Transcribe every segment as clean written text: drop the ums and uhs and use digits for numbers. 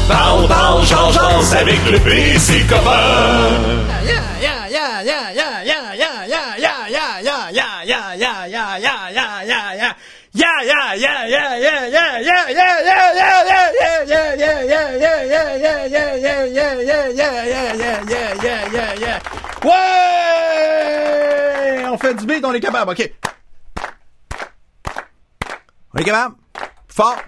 Parle, jase avec le P et ses copains. Ouais! On fait du beat, on est capable, OK. On est capable? Fort.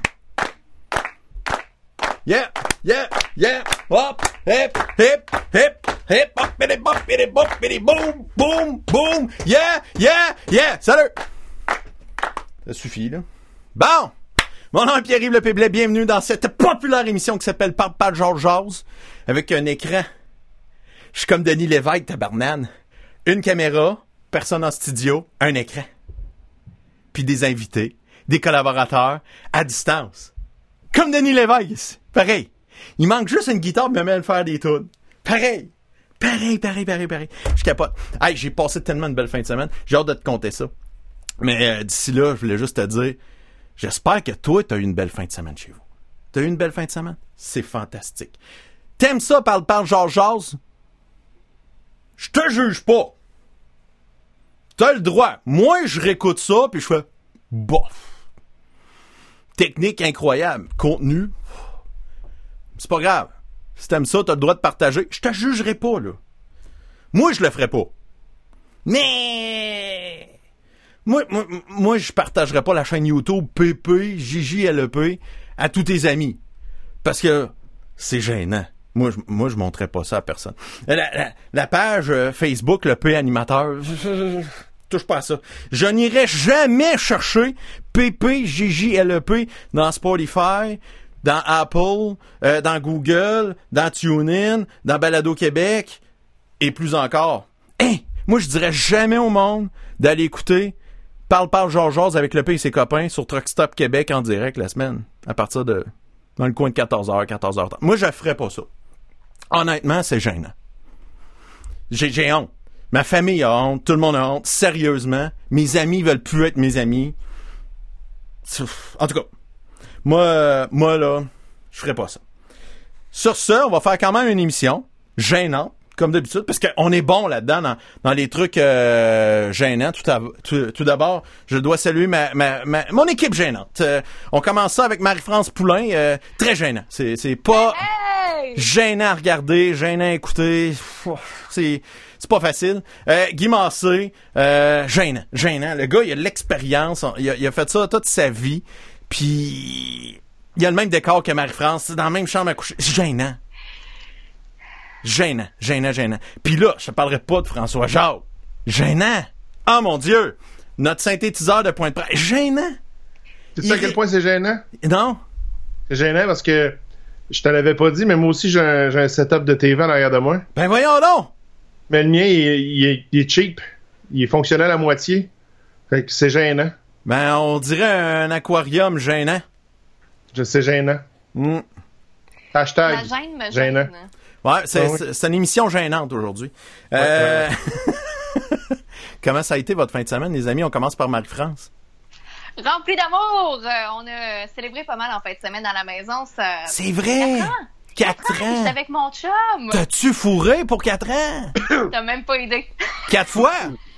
Yeah, yeah, yeah. Hop, hip, hip, hip, hip, hop, bidi, bop, bidi, bop, bidi, boom, boom, boom. Yeah, yeah, yeah. Salut! Ça suffit, là. Bon! Mon nom est Pierre-Yves Le Péblet. Bienvenue dans cette populaire émission qui s'appelle Parle, Georges Jase, avec un écran. Je suis comme Denis Lévesque, tabarnane. Une caméra, personne en studio, un écran. Puis des invités, des collaborateurs, à distance. Comme Denis Lévesque, pareil. Il manque juste une guitare pour me mettre à faire des tunes. Pareil. Je capote. Hey, j'ai passé tellement une belle fin de semaine. J'ai hâte de te conter ça. Mais d'ici là, je voulais juste te dire, j'espère que toi, t'as eu une belle fin de semaine chez vous. T'as eu une belle fin de semaine? C'est fantastique. T'aimes ça, parle, Georges Jase? Je te juge pas. T'as le droit. Moi, je réécoute ça, puis je fais bof. Technique incroyable. Contenu, c'est pas grave. Si t'aimes ça, t'as le droit de partager. Je te jugerai pas, là. Moi, je le ferai pas. Mais... Moi, je partagerai pas la chaîne YouTube PP, JJLEP à tous tes amis. Parce que c'est gênant. Moi, je montrerai pas ça à personne. La page Facebook, le P animateur, touche pas à ça. Je n'irai jamais chercher PPJJLEP dans Spotify, dans Apple, dans Google, dans TuneIn, dans Balado Québec et plus encore. Moi, je dirais jamais au monde d'aller écouter Parle, Georges Jase avec le P et ses copains sur Truck Stop Québec en direct la semaine, à partir de dans le coin de 14h, 14h30. Moi, je ferais pas ça. Honnêtement, c'est gênant. J'ai honte. Ma famille a honte, tout le monde a honte, sérieusement. Mes amis veulent plus être mes amis. En tout cas, moi là, je ferais pas ça. Sur ce, on va faire quand même une émission gênante, comme d'habitude, parce qu'on est bon là-dedans, dans les trucs gênants. Tout d'abord, je dois saluer mon équipe gênante. On commence ça avec Marie-France Poulain, très gênant. C'est pas gênant à regarder, gênant à écouter. C'est pas facile. Guy Massé, gênant. Le gars, il a de l'expérience. Il a fait ça toute sa vie. Puis, il a le même décor que Marie-France. C'est dans la même chambre à coucher. C'est gênant. Gênant. Puis là, je te parlerai pas de François Jacques. Gênant. Oh mon Dieu. Notre synthétiseur de point de presse. Gênant. Tu sais à quel point c'est gênant? Non. C'est gênant parce que je te l'avais pas dit, mais moi aussi, j'ai un setup de TV en arrière de moi. Ben voyons donc. Mais le mien, il est cheap. Il est fonctionnel à moitié. Fait que c'est gênant. Ben, on dirait un aquarium gênant. C'est gênant. Hashtag la gêne me gênant. gêne. Ouais, c'est une émission gênante aujourd'hui. Ouais. Comment ça a été votre fin de semaine, les amis? On commence par Marie-France. Rempli d'amour! On a célébré pas mal en fin de semaine dans la maison. C'est vrai! 4 ans! J'étais avec mon chum! T'as-tu fourré pour 4 ans? T'as même pas idée. 4 fois?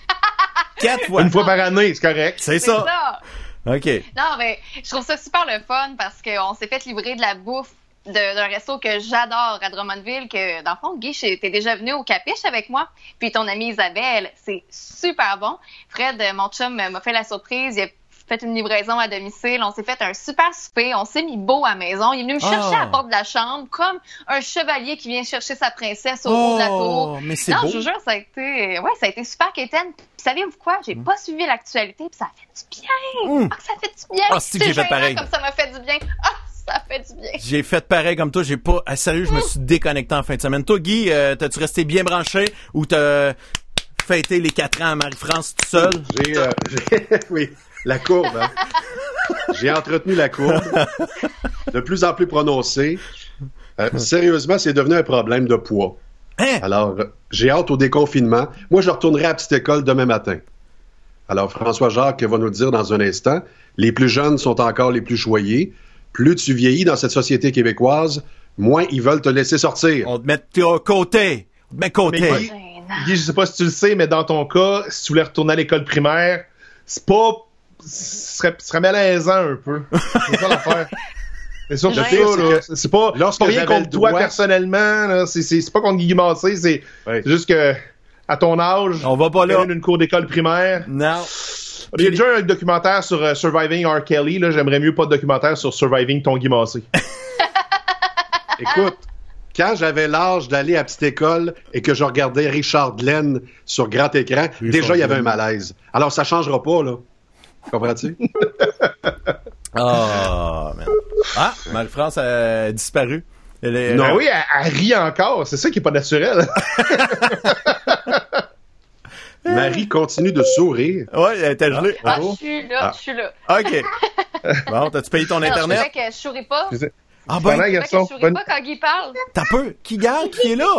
4 fois. Une fois par année, c'est correct. C'est ça. OK. Non, mais je trouve ça super le fun parce qu'on s'est fait livrer de la bouffe d'un resto que j'adore à Drummondville, que dans le fond, Guy, t'es déjà venu au Capiche avec moi, puis ton amie Isabelle, c'est super bon. Fred, mon chum, m'a fait la surprise, il a fait une livraison à domicile, on s'est fait un super souper, on s'est mis beau à la maison, il est venu me chercher à la porte de la chambre, comme un chevalier qui vient chercher sa princesse au haut de la tour. Mais c'est non, beau. je vous jure, ça a été super quétaine. Puis savez-vous quoi? J'ai pas suivi l'actualité, puis ça a fait du bien! Ça fait du bien! C'est que j'ai fait pareil. Comme ça m'a fait du bien. Ça fait du bien. J'ai fait pareil comme toi. Sérieux, je me suis déconnecté en fin de semaine. Toi, Guy, t'as-tu resté bien branché ou t'as fêté les 4 ans à Marie-France tout seul? Oui, la courbe. Hein? J'ai entretenu la courbe. De plus en plus prononcée. Sérieusement, c'est devenu un problème de poids. Hein? Alors, j'ai hâte au déconfinement. Moi, je retournerai à la petite école demain matin. Alors, François Jacques va nous le dire dans un instant. Les plus jeunes sont encore les plus choyés. Plus tu vieillis dans cette société québécoise, moins ils veulent te laisser sortir. On te met de côté. On te met de côté. Mais Guy, je sais pas si tu le sais, mais dans ton cas, si tu voulais retourner à l'école primaire, c'est pas... Ce serait malaisant un peu. C'est ça l'affaire. C'est sûr que Le ça, pire, c'est là. que C'est pas rien j'avais contre le toi droit- personnellement, là. C'est pas contre Guy Massé, c'est juste que, à ton âge, On va pas là. une cour d'école primaire. Non. Il y a déjà un documentaire sur Surviving R. Kelly, là. J'aimerais mieux pas de documentaire sur Surviving ton Guy Massé. Écoute, quand j'avais l'âge d'aller à petite école et que je regardais Richard Glenn sur grand écran, déjà il y avait un malaise. Alors ça changera pas, là. Comprends-tu? Ah, man. Ah, Marie-France a disparu. Non, oui, elle rit encore. C'est ça qui est pas naturel. Marie continue de sourire. Ouais, elle était gelée. Ah, je suis là, je suis là. OK. Bon, t'as-tu payé ton Non, Internet? je savais que je souris pas. Ah Pendant, ben, Je garçon. savais que je souris pas quand Guy parle. t'as peu. Qui garde? Qui est là?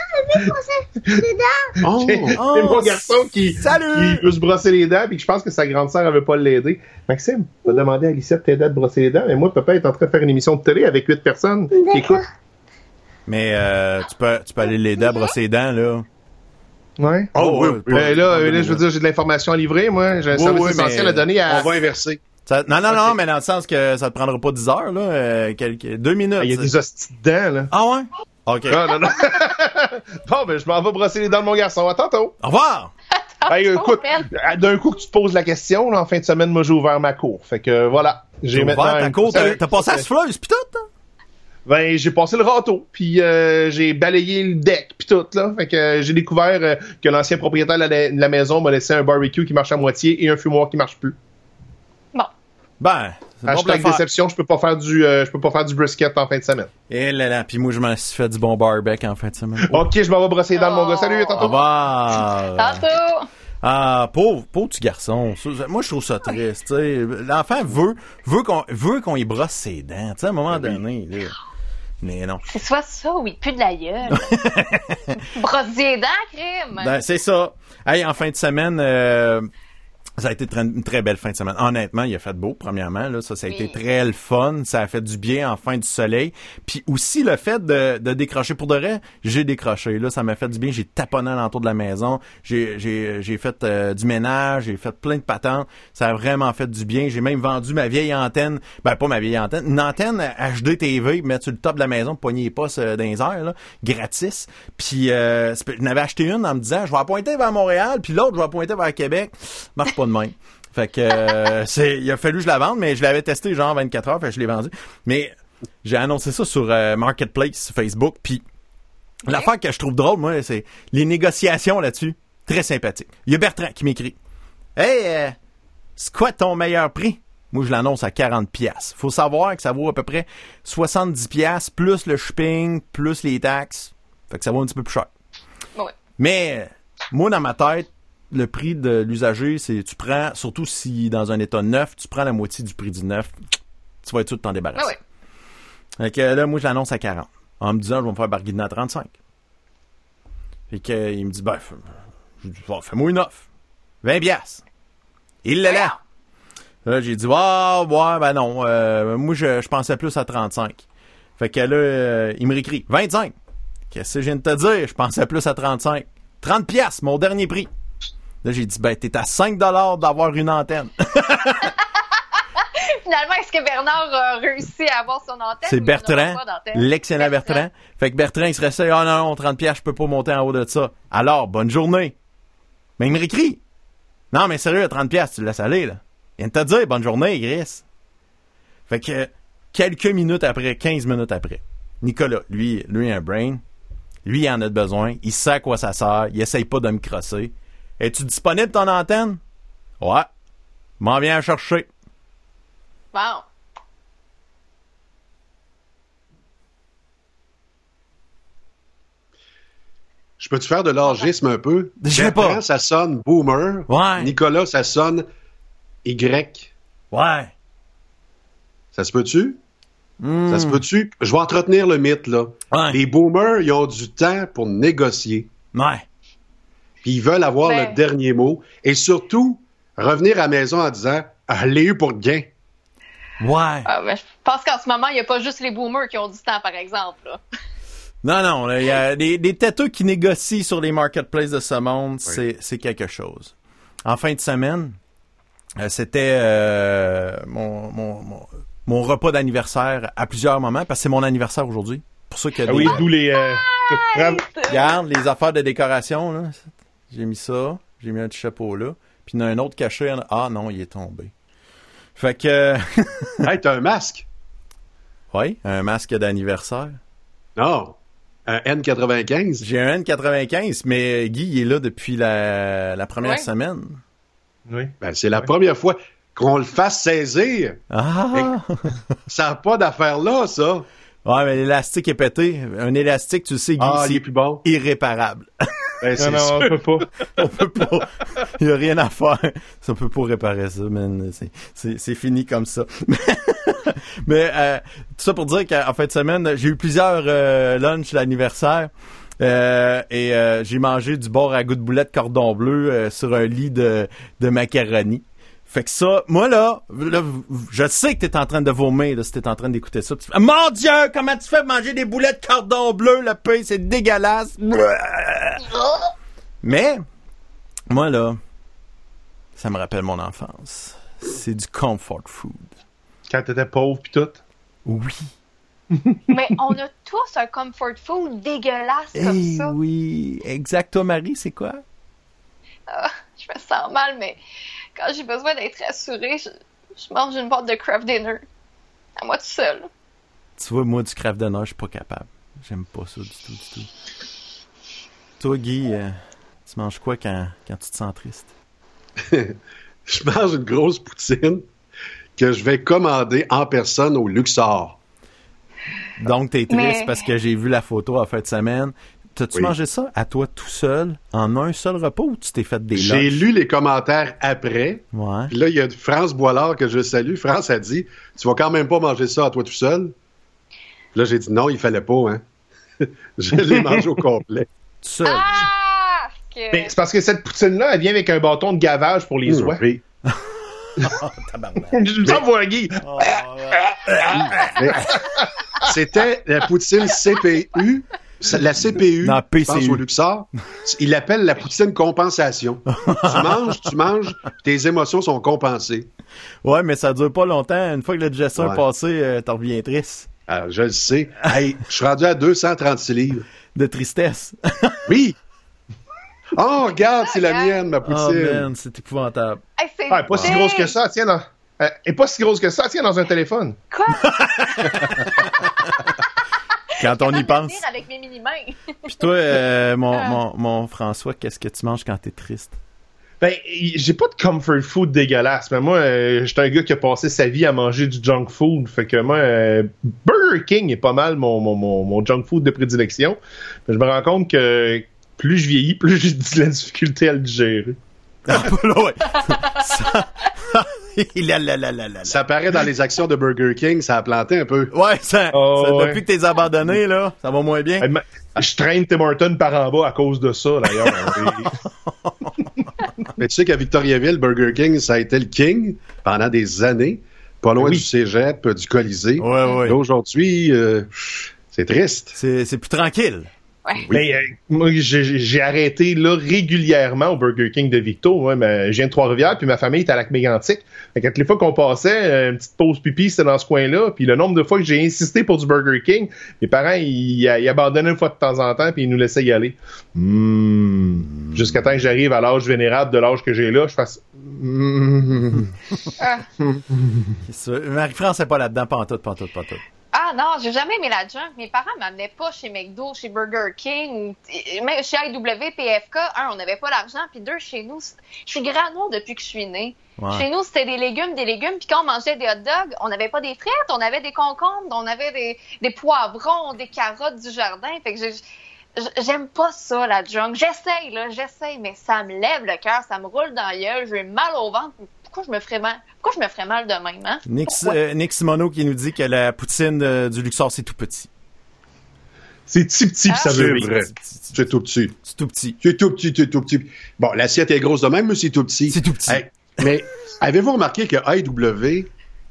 Oh! C'est mon garçon qui veut se brosser les dents, puis que je pense que sa grande sœur, elle veut pas l'aider. Maxime, va demander à Alicia de t'aider à te brosser les dents, mais moi, papa est en train de faire une émission de télé avec 8 personnes qui écoutent. Mais tu peux aller l'aider à brosser les dents, là. Ouais. Oh, oui, oui. Là, je veux dire, j'ai de l'information à livrer, moi. J'ai un service essentiel à donner à... On va inverser. Non, mais dans le sens que ça te prendra pas 10 heures, là. 2 minutes. Il y a des hosties de dents, là. Ah ouais? OK. Non. Bon, ben, je m'en vais brosser les dents de mon garçon. À tantôt. Au revoir! Hey, écoute, d'un coup que tu te poses la question, là, en fin de semaine, moi, j'ai ouvert ma cour. Fait que, voilà. J'ai Ouvert maintenant... ta cour. T'as passé à souffleuse pis tout, hein? Ben, j'ai passé le râteau, puis j'ai balayé le deck, puis tout, là. Fait que j'ai découvert que l'ancien propriétaire de la maison m'a laissé un barbecue qui marche à moitié et un fumoir qui marche plus. Bon. Ben, c'est bon pour Hashtag déception, je peux pas faire du brisket en fin de semaine. Et là là, puis moi, je m'en suis fait du bon barbecue en fin de semaine. Ok, je m'en vais brosser les dents de mon gars. Salut, Au tantôt. revoir! Tantôt. Ah, pauvre petit garçon. Moi, je trouve ça triste, tu sais. L'enfant veut qu'on y brosse ses dents, tu sais, à un moment donné, là. Mais non. C'est soit ça ou il pue de la gueule. Brosse des dents, crime. Ben, c'est ça. Hey, en fin de semaine, ça a été une très belle fin de semaine. Honnêtement, il a fait beau, premièrement. Là, ça a été très le fun. Ça a fait du bien, enfin, du soleil. Puis aussi, le fait de décrocher. Pour de vrai, j'ai décroché. Là, ça m'a fait du bien. J'ai taponné l'entour de la maison. J'ai fait du ménage. J'ai fait plein de patentes. Ça a vraiment fait du bien. J'ai même vendu ma vieille antenne. Ben, pas ma vieille antenne. Une antenne HD TV, mettre sur le top de la maison, pogner les postes dans les airs, là, gratis. Puis, je n'avais acheté une en me disant, je vais la pointer vers Montréal, puis l'autre, je vais la pointer vers Québec. Marche pas de même. Fait que il a fallu que je la vende, mais je l'avais testé genre 24 heures, fait que je l'ai vendu. Mais j'ai annoncé ça sur Marketplace, sur Facebook, puis l'affaire que je trouve drôle, moi, c'est les négociations là-dessus. Très sympathique. Il y a Bertrand qui m'écrit. Hey, c'est quoi ton meilleur prix? Moi, je l'annonce à 40$. Faut savoir que ça vaut à peu près 70$ plus le shipping, plus les taxes. Fait que ça vaut un petit peu plus cher. Ouais. Mais moi, dans ma tête, le prix de l'usager, c'est tu prends, surtout si dans un état neuf, tu prends la moitié du prix du neuf, tu vas être sûr de t'en débarrasser. Ouais. Fait que là, moi, je l'annonce à 40. En me disant, je vais me faire barguiner à 35. Fait que, il me dit, ben, fais-moi une offre. 20$. Il l'a là. Là, j'ai dit, ouais, ben non. Moi, je pensais plus à 35. Fait que là, il me réécrit, 25. Qu'est-ce que je viens de te dire? Je pensais plus à 35. 30$, mon dernier prix. Là, j'ai dit, ben, t'es à 5$ d'avoir une antenne. Finalement, est-ce que Bernard a réussi à avoir son antenne? C'est Bertrand, l'excellent Bertrand. Fait que Bertrand, il se restait, non, 30$, je peux pas monter en haut de ça. Alors, bonne journée. Mais il me réécrit. Non, mais sérieux, 30$, tu le laisses aller, là. Il vient de te dire, bonne journée, Chris. Fait que, quelques minutes après, 15 minutes après, Nicolas, lui a un brain. Lui, il en a besoin. Il sait à quoi ça sert. Il essaye pas de me crosser. Es-tu disponible, ton antenne? Ouais. M'en viens à chercher. Bon. Je peux-tu faire de l'âgisme un peu? Je sais pas. Bertrand, ça sonne boomer. Ouais. Nicolas, ça sonne Y. Ouais. Ça se peut-tu? Ça se peut-tu? Je vais entretenir le mythe, là. Ouais. Les boomers, ils ont du temps pour négocier. Ouais. Puis ils veulent avoir le dernier mot. Et surtout, revenir à la maison en disant « Ah, je l'ai eu pour le gain. » Ouais. Ben, je pense qu'en ce moment, il n'y a pas juste les boomers qui ont du temps, par exemple. Là. Non, il y a des têteux qui négocient sur les marketplaces de ce monde, Oui. c'est quelque chose. En fin de semaine, c'était mon repas d'anniversaire à plusieurs moments, parce que c'est mon anniversaire aujourd'hui. Pour ça qu'il y a Ah des... oui, d'où les... Regarde, les affaires de décoration, là. J'ai mis ça, j'ai mis un petit chapeau là, puis il y en a un autre caché. Ah non, il est tombé. Fait que... Hey, t'as un masque? Oui, un masque d'anniversaire. Non. Un N95? J'ai un N95, mais Guy, il est là depuis la première semaine. Oui. Ben, c'est la première fois qu'on le fasse saisir. Ah! Ça n'a pas d'affaire là, ça. Ouais, mais l'élastique est pété. Un élastique, tu sais, Guy, Ah, il est c'est plus bon. irréparable. Ben, c'est Non, on sûr. peut pas. On peut pas. Il n'y a rien à faire. Ça peut pas réparer ça, man. C'est fini comme ça. Mais tout ça pour dire qu'en fin de semaine, j'ai eu plusieurs lunchs d'anniversaire. Et j'ai mangé du bord à goût de boulette cordon bleu sur un lit de macaroni. Fait que ça, moi là, je sais que t'es en train de vomir là, si t'es en train d'écouter ça. Mon Dieu, comment tu fais pour manger des boulettes cordon bleu, le pain, c'est dégueulasse. Mais, moi là, ça me rappelle mon enfance. C'est du comfort food. Quand t'étais pauvre pis tout. Oui. Mais on a tous un comfort food dégueulasse comme ça. Oui, exact. Toi, Marie, c'est quoi? Je me sens mal, mais quand j'ai besoin d'être rassurée, je mange une boîte de Kraft Dinner. À moi tout seul. Tu vois, moi, du Kraft Dinner, je suis pas capable. J'aime pas ça du tout. Toi, Guy, tu manges quoi quand tu te sens triste? Je mange une grosse poutine que je vais commander en personne au Luxor. Donc, t'es triste Mais- parce que j'ai vu la photo en fin de semaine. T'as-tu Oui. mangé ça à toi tout seul, en un seul repas, ou tu t'es fait des J'ai lunchs? lu les commentaires après. Ouais. Puis là, il y a France Boilard que je salue. France a dit, tu vas quand même pas manger ça à toi tout seul. Puis là, j'ai dit non, il fallait pas, hein. Je l'ai mangé au complet. Tout seul. Ah! Ben, c'est parce que cette poutine-là, elle vient avec un bâton de gavage pour les oies. Oui. Tabarnak. Je me sens voir Guy. Mais c'était la poutine CPU. La CPU, Non, je pense PCU. au Luxor, il l'appelle la poutine compensation. tu manges, tes émotions sont compensées. Ouais, mais ça dure pas longtemps. Une fois que le digestion est Ouais. passé, t'en reviens triste. Alors, je le sais. Hey, je suis rendu à 236 livres. De tristesse. Oui! Oh, regarde, c'est la Ah, mienne, ma Oh poutine. man, c'est épouvantable. Hey, c'est Ah, pas si grosse que ça, tiens dans... elle est pas si grosse que ça, tiens dans un téléphone. Quoi? Quand on y pense. Avec mes mini-mains. Puis toi, mon François, qu'est-ce que tu manges quand t'es triste? Ben, j'ai pas de comfort food dégueulasse, mais moi, j'étais un gars qui a passé sa vie à manger du junk food. Fait que moi, Burger King est pas mal mon junk food de prédilection. Mais je me rends compte que plus je vieillis, plus j'ai de la difficulté à le digérer. Ah, là, ouais. Ça... Ça paraît dans les actions de Burger King, ça a planté un peu. Ouais, Oh, ouais. depuis que t'es abandonné, là, ça va moins bien. Je traîne Tim Hortons par en bas à cause de ça, d'ailleurs. Mais tu sais qu'à Victoriaville, Burger King, ça a été le king pendant des années, pas loin Oui. du cégep, du Colisée. Ouais. Et aujourd'hui, c'est triste. C'est plus tranquille. Mais moi, j'ai arrêté là régulièrement au Burger King de Victo. Moi, je viens de Trois-Rivières, puis ma famille est à Lac-Mégantic. Fait que toutes les fois qu'on passait, une petite pause pipi, c'était dans ce coin-là. Puis le nombre de fois que j'ai insisté pour du Burger King, mes parents, ils abandonnaient une fois de temps en temps, puis ils nous laissaient y aller. Jusqu'à temps que j'arrive à l'âge vénérable de l'âge que j'ai là, je fasse... C'est ça. Marie-France n'est pas là-dedans, pantoute. Ah non, j'ai jamais aimé la junk. Mes parents m'amenaient pas chez McDo, chez Burger King, ou même chez IW, PFK. Un, on n'avait pas l'argent, puis deux, chez nous, je suis grano depuis que je suis née. Ouais. Chez nous, c'était des légumes, puis quand on mangeait des hot dogs, on n'avait pas des frites, on avait des concombres, on avait des poivrons, des carottes du jardin. Fait que j'aime pas ça, la junk. J'essaye, mais ça me lève le cœur, ça me roule dans la gueule, j'ai mal au ventre. Pourquoi je me ferais mal de même, hein? Nick Simoneau qui nous dit que la poutine du Luxor, c'est tout petit. C'est petit, puis ça C'est veut rire. vrai. C'est tout petit. C'est tout petit. C'est tout petit. Bon, l'assiette est grosse de même, mais c'est tout petit. C'est tout petit. Hey, mais avez-vous remarqué que AEW,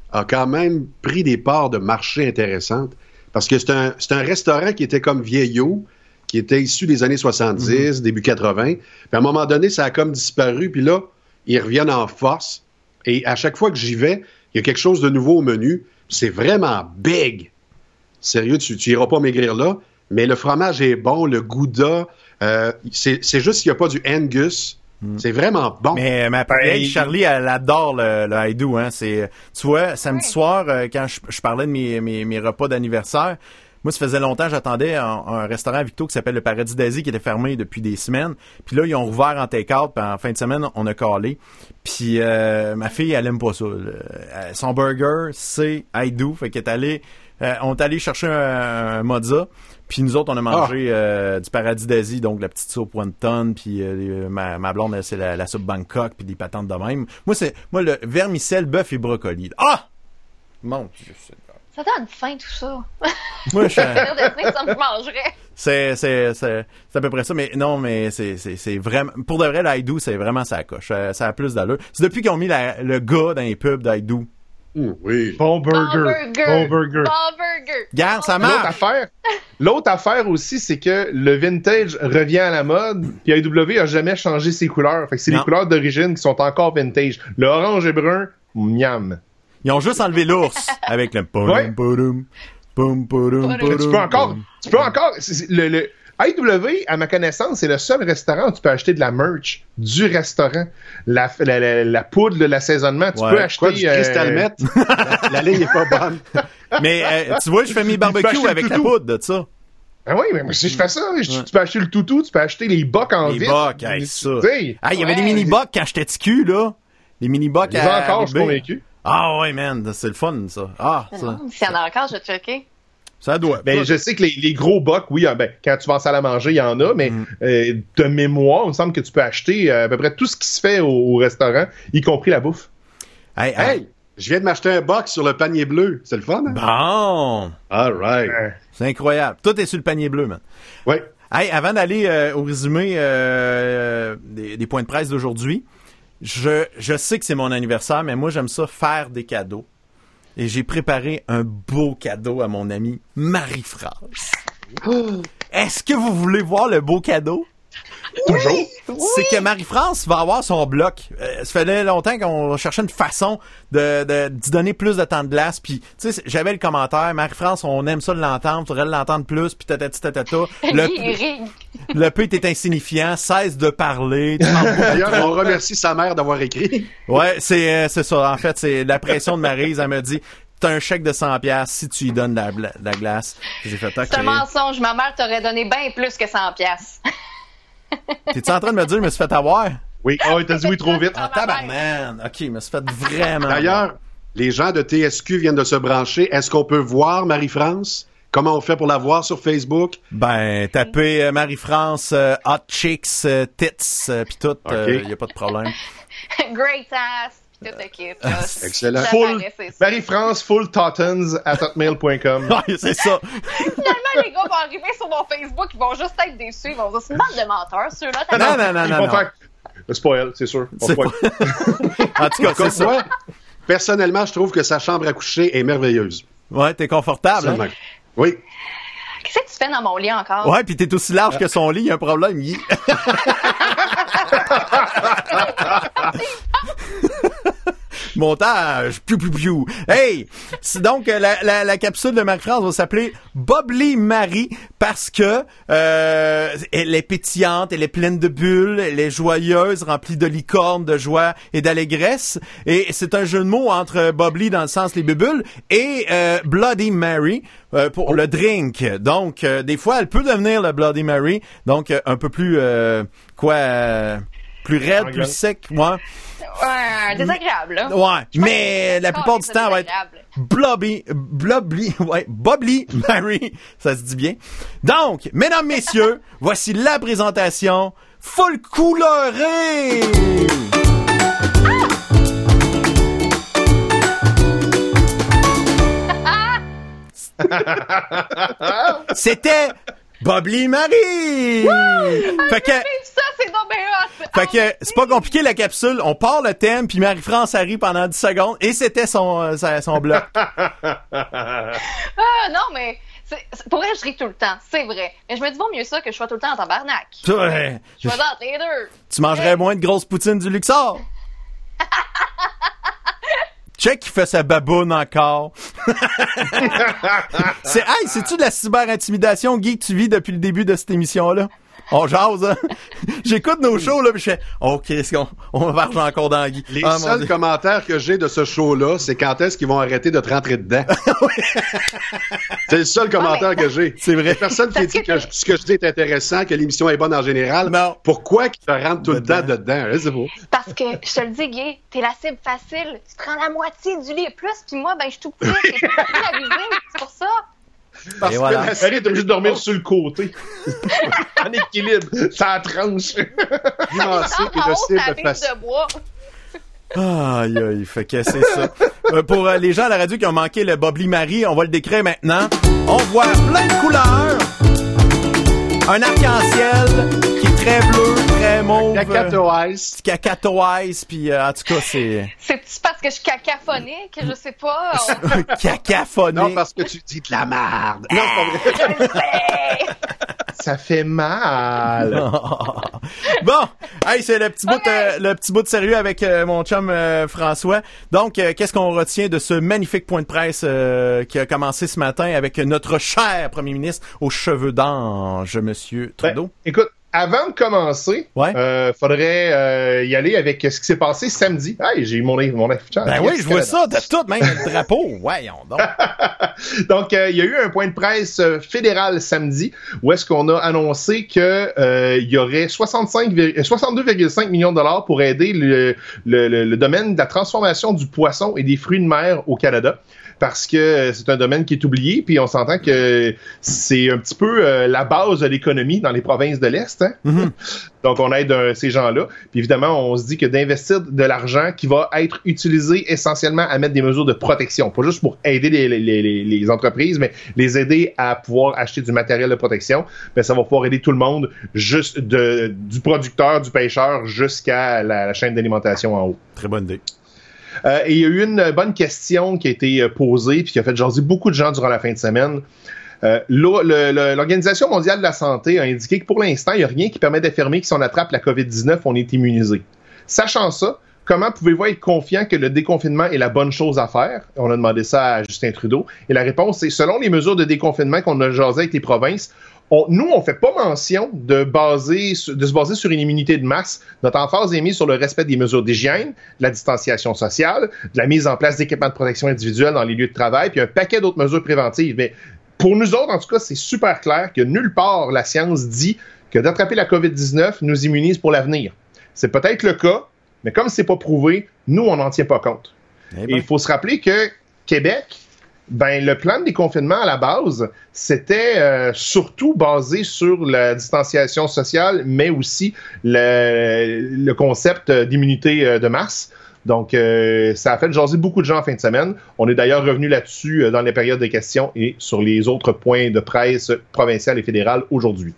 a quand même pris des parts de marché intéressantes parce que c'est un restaurant qui était comme vieillot, qui était issu des années 70, début 80. Puis à un moment donné, ça a comme disparu. Puis là, ils reviennent en force. Et à chaque fois que j'y vais, il y a quelque chose de nouveau au menu. C'est vraiment big. Sérieux, tu iras pas maigrir là. Mais le fromage est bon, le Gouda. C'est juste qu'il n'y a pas du Angus. C'est vraiment bon. Mais ma collègue Charlie, elle adore le haïdou. Hein. Tu vois, samedi soir, quand je parlais de mes repas d'anniversaire, moi, ça faisait longtemps que j'attendais un restaurant à Victo qui s'appelle le Paradis d'Asie, qui était fermé depuis des semaines. Puis là, ils ont rouvert en take-out, puis en fin de semaine, on a calé. Puis ma fille, elle aime pas ça. Son burger, c'est haïdou. Fait qu'elle est allée... on est allé chercher un mozza, puis nous autres, on a mangé du Paradis d'Asie, donc la petite soupe wonton, puis ma blonde, c'est la soupe Bangkok, puis des patentes de même. Moi, le vermicelle, bœuf et brocoli. Ah! Mon Dieu, ça donne faim, tout ça. Moi, ça me mangerait. C'est à peu près ça, mais non, mais c'est vraiment... Pour de vrai, l'haïdou, c'est vraiment ça coche. Ça a plus d'allure. C'est depuis qu'ils ont mis le gars dans les pubs d'haïdou. Oui. Bon burger. Bon burger. Regarde, ça marche. L'autre affaire aussi, c'est que le vintage revient à la mode, puis AEW a jamais changé ses couleurs. Fait que c'est les couleurs d'origine qui sont encore vintage. Le orange et brun, miam. Ils ont juste enlevé l'ours avec le ouais. Tu peux encore le AEW, à ma connaissance, c'est le seul restaurant où tu peux acheter de la merch du restaurant. La poudre, l'assaisonnement, tu peux acheter... Quoi, du Crystal Met? la ligne est pas bonne. Mais tu vois, je fais mes barbecues avec la poudre de ça. Ah oui, mais si je fais ça, tu peux acheter le toutou, tu peux acheter les bocs en vitre. Les bocs, ça. Il y avait des mini-bocs quand j'étais petit cul, là. Les mini-bocs à encore, je suis convaincu. Ah ouais, man, c'est le fun, ça. Ah, ça. S'il y en a encore, je vais checker. Ça doit. Ben, je sais que les gros bocs, oui, quand tu vas en salle à manger, il y en a, mais de mémoire, il me semble que tu peux acheter à peu près tout ce qui se fait au restaurant, y compris la bouffe. Hey, je viens de m'acheter un box sur le panier bleu. C'est le fun, hein? Bon! All right. C'est incroyable. Tout est sur le panier bleu, man. Oui. Hey, avant d'aller au résumé des points de presse d'aujourd'hui, je sais que c'est mon anniversaire, mais moi, j'aime ça faire des cadeaux. Et j'ai préparé un beau cadeau à mon amie Marie-France. Est-ce que vous voulez voir le beau cadeau? Toujours. C'est que Marie-France va avoir son bloc. Ça fait longtemps qu'on cherchait une façon d'y donner plus de temps de glace. Puis, tu sais, j'avais le commentaire, Marie-France, on aime ça l'entendre, faudrait l'entendre plus, puis tatata. Le P est insignifiant, cesse de parler. D'ailleurs, on remercie sa mère d'avoir écrit. Ouais, c'est ça. En fait, c'est la pression de Maryse. Elle me dit, t'as un chèque de 100$ si tu y donnes de la glace. J'ai fait, c'est un mensonge. Ma mère t'aurait donné bien plus que 100$. T'es-tu en train de me dire, je me suis fait avoir? Oui. Oh, t'as dit oui trop vite. Ah, tabarnak. OK, je me suis fait vraiment... D'ailleurs, les gens de TSQ viennent de se brancher. Est-ce qu'on peut voir Marie-France? Comment on fait pour la voir sur Facebook? Ben, tapez Marie-France, Hot Chicks, Tits, pis tout, y a pas de problème. Great ass, pis tout le kit. Excellent. Marie-France, fulltottens@hotmail.com. Ouais, c'est ça. Finalement, les gars vont arriver sur mon Facebook, ils vont juste être déçus, ils vont dire, c'est une bande de menteurs, ceux-là. Non. Ils vont faire... Spoil, c'est sûr. En tout cas, c'est ça. Personnellement, je trouve que sa chambre à coucher est merveilleuse. Ouais, t'es confortable. Hein? Oui. Qu'est-ce que tu fais dans mon lit encore? Ouais, pis t'es aussi large que son lit, il y a un problème. Montage, piou. Hey, c'est donc la capsule de Marie-France va s'appeler Bubbly Marie parce que elle est pétillante, elle est pleine de bulles, elle est joyeuse, remplie de licorne, de joie et d'allégresse. Et c'est un jeu de mots entre bubbly dans le sens les bulles et Bloody Mary pour le drink. Donc des fois elle peut devenir le Bloody Mary, donc un peu plus plus raide, plus sec, ouais. Ouais, désagréable, là. Ouais, mais la plupart du temps, elle va être Bubbly Mary, ça se dit bien. Donc, mesdames, messieurs, voici la présentation full coulorée! C'était Bubbly Marie! Fait que... ça, c'est donc Fait que c'est pas compliqué la capsule, on part le thème, puis Marie-France rit pendant 10 secondes, et c'était son bloc. Non, mais pour vrai, je ris tout le temps, c'est vrai. Mais je me dis, bon, mieux ça que je sois tout le temps en tabarnak. Ouais. Je vais entre les deux. Tu mangerais moins de grosses poutines du Luxor. Check qui fait sa baboune encore. C'est-tu de la cyber-intimidation, Guy, que tu vis depuis le début de cette émission-là? On jase, hein? J'écoute nos shows, là, puis je fais, OK, est-ce qu'on marche encore dans Guy? Les seuls commentaires que j'ai de ce show-là, c'est quand est-ce qu'ils vont arrêter de te rentrer dedans. C'est le seul commentaire que j'ai. C'est vrai. Personne qui dit que ce que je dis est intéressant, que l'émission est bonne en général. Non. Pourquoi qu'ils te rentrent tout le temps dedans? Je sais pas. Parce que, je te le dis, Guy, t'es la cible facile. Tu prends la moitié du lit et plus, puis moi, ben, je suis tout petit. C'est pas facile à viser, c'est pour ça. Parce que voilà. la série est obligée de dormir sur le côté. En équilibre. Ça tranche. Nuancé et En de haut, cible ta bille facile. de bois. Aïe, aïe, fait que c'est ça. Pour les gens à la radio qui ont manqué le Bobli Marie, on va le décrire maintenant. On voit plein de couleurs. Un arc-en-ciel qui est très bleu, très mauve. Cacato Ice. Cacato Ice, puis en tout cas, c'est... C'est-tu parce que je suis cacaphonique? Je sais pas. Cacaphonique. Non, parce que tu dis de la merde. Non, c'est pas vrai. Je le sais. Ça fait mal. Bon, hey, c'est le petit bout de sérieux avec mon chum François. Donc, qu'est-ce qu'on retient de ce magnifique point de presse qui a commencé ce matin avec notre cher premier ministre aux cheveux d'ange, Monsieur Trudeau? Ben, écoute, avant de commencer, faudrait y aller avec ce qui s'est passé samedi. Hey, j'ai mon affichage. Ben oui, je vois ça de tout, même le drapeau. Voyons donc. Donc, il y a eu un point de presse fédéral samedi où est-ce qu'on a annoncé que il y aurait 62,5 millions de dollars pour aider le domaine de la transformation du poisson et des fruits de mer au Canada. Parce que c'est un domaine qui est oublié, puis on s'entend que c'est un petit peu la base de l'économie dans les provinces de l'Est. Hein? Mm-hmm. Donc, on aide ces gens-là. Puis évidemment, on se dit que d'investir de l'argent qui va être utilisé essentiellement à mettre des mesures de protection, pas juste pour aider les entreprises, mais les aider à pouvoir acheter du matériel de protection, ben, ça va pouvoir aider tout le monde, juste du producteur, du pêcheur, jusqu'à la chaîne d'alimentation en haut. Très bonne idée. Et il y a eu une bonne question qui a été posée puis qui a fait jaser beaucoup de gens durant la fin de semaine. L'Organisation mondiale de la santé a indiqué que pour l'instant, il n'y a rien qui permet d'affirmer que si on attrape la COVID-19, on est immunisé. Sachant ça, comment pouvez-vous être confiant que le déconfinement est la bonne chose à faire? On a demandé ça à Justin Trudeau. Et la réponse, c'est selon les mesures de déconfinement qu'on a jasées avec les provinces, on fait pas mention de se baser sur une immunité de masse. Notre emphase est mise sur le respect des mesures d'hygiène, de la distanciation sociale, de la mise en place d'équipements de protection individuelle dans les lieux de travail, puis un paquet d'autres mesures préventives. Mais pour nous autres, en tout cas, c'est super clair que nulle part la science dit que d'attraper la COVID-19 nous immunise pour l'avenir. C'est peut-être le cas, mais comme c'est pas prouvé, nous, on n'en tient pas compte. Et il faut se rappeler que Québec, ben, le plan de déconfinement à la base, c'était surtout basé sur la distanciation sociale, mais aussi le concept d'immunité de masse. Donc, ça a fait jaser beaucoup de gens en fin de semaine. On est d'ailleurs revenu là-dessus dans les périodes de questions et sur les autres points de presse provinciales et fédérales aujourd'hui.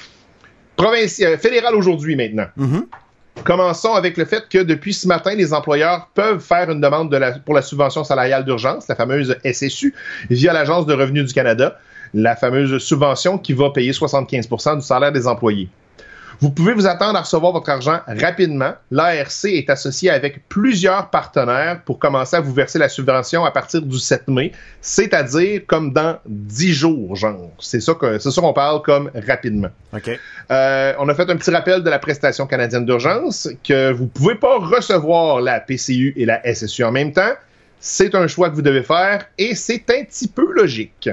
Fédéral aujourd'hui maintenant. Mm-hmm. Commençons avec le fait que depuis ce matin, les employeurs peuvent faire une demande pour la subvention salariale d'urgence, la fameuse SSU, via l'Agence de revenus du Canada, la fameuse subvention qui va payer 75% du salaire des employés. Vous pouvez vous attendre à recevoir votre argent rapidement. L'ARC est associé avec plusieurs partenaires pour commencer à vous verser la subvention à partir du 7 mai, c'est-à-dire comme dans 10 jours, genre. C'est ça qu'on parle comme rapidement. Okay. On a fait un petit rappel de la prestation canadienne d'urgence que vous pouvez pas recevoir la PCU et la SSU en même temps. C'est un choix que vous devez faire et c'est un petit peu logique.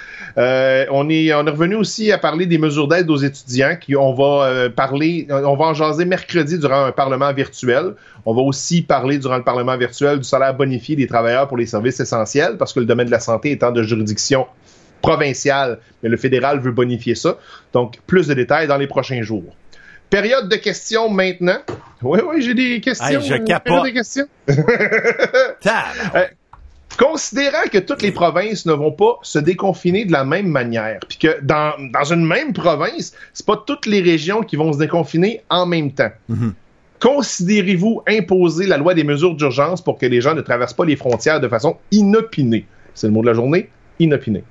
On est revenu aussi à parler des mesures d'aide aux étudiants on va en jaser mercredi durant un parlement virtuel. On va aussi parler durant le parlement virtuel du salaire bonifié des travailleurs pour les services essentiels parce que le domaine de la santé étant de juridiction provinciale, mais le fédéral veut bonifier ça. Donc, plus de détails dans les prochains jours. Période de questions maintenant. Oui, j'ai des questions. Hey, je capote. Des questions. Considérant que toutes les provinces ne vont pas se déconfiner de la même manière, puis que dans une même province, c'est pas toutes les régions qui vont se déconfiner en même temps. Considérez-vous imposer la loi des mesures d'urgence pour que les gens ne traversent pas les frontières de façon inopinée? C'est le mot de la journée, inopinée.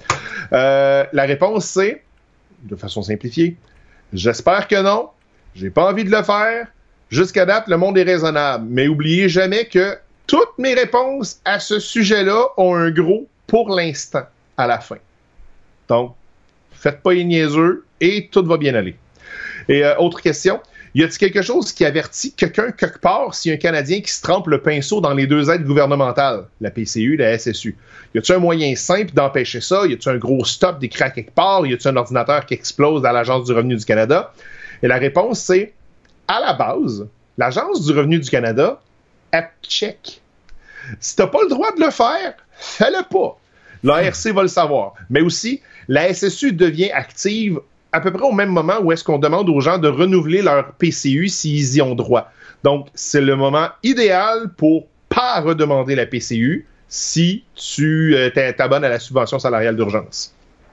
La réponse, c'est, de façon simplifiée, j'espère que non, j'ai pas envie de le faire, jusqu'à date, le monde est raisonnable, mais oubliez jamais que toutes mes réponses à ce sujet-là ont un gros « pour l'instant » à la fin. Donc, faites pas les niaiseux et tout va bien aller. Et autre question, y a-t-il quelque chose qui avertit quelqu'un quelque part si un Canadien qui se trempe le pinceau dans les deux aides gouvernementales, la PCU, la SSU? Y a-t-il un moyen simple d'empêcher ça? Y a-t-il un gros stop d'écrit à quelque part? Y a-t-il un ordinateur qui explose à l'Agence du revenu du Canada? Et la réponse, c'est, à la base, l'Agence du revenu du Canada, elle check. Si t'as pas le droit de le faire, fais-le pas. L'ARC va le savoir. Mais aussi, la SSU devient active à peu près au même moment où est-ce qu'on demande aux gens de renouveler leur PCU s'ils y ont droit. Donc, c'est le moment idéal pour pas redemander la PCU si tu t'abonnes à la subvention salariale d'urgence.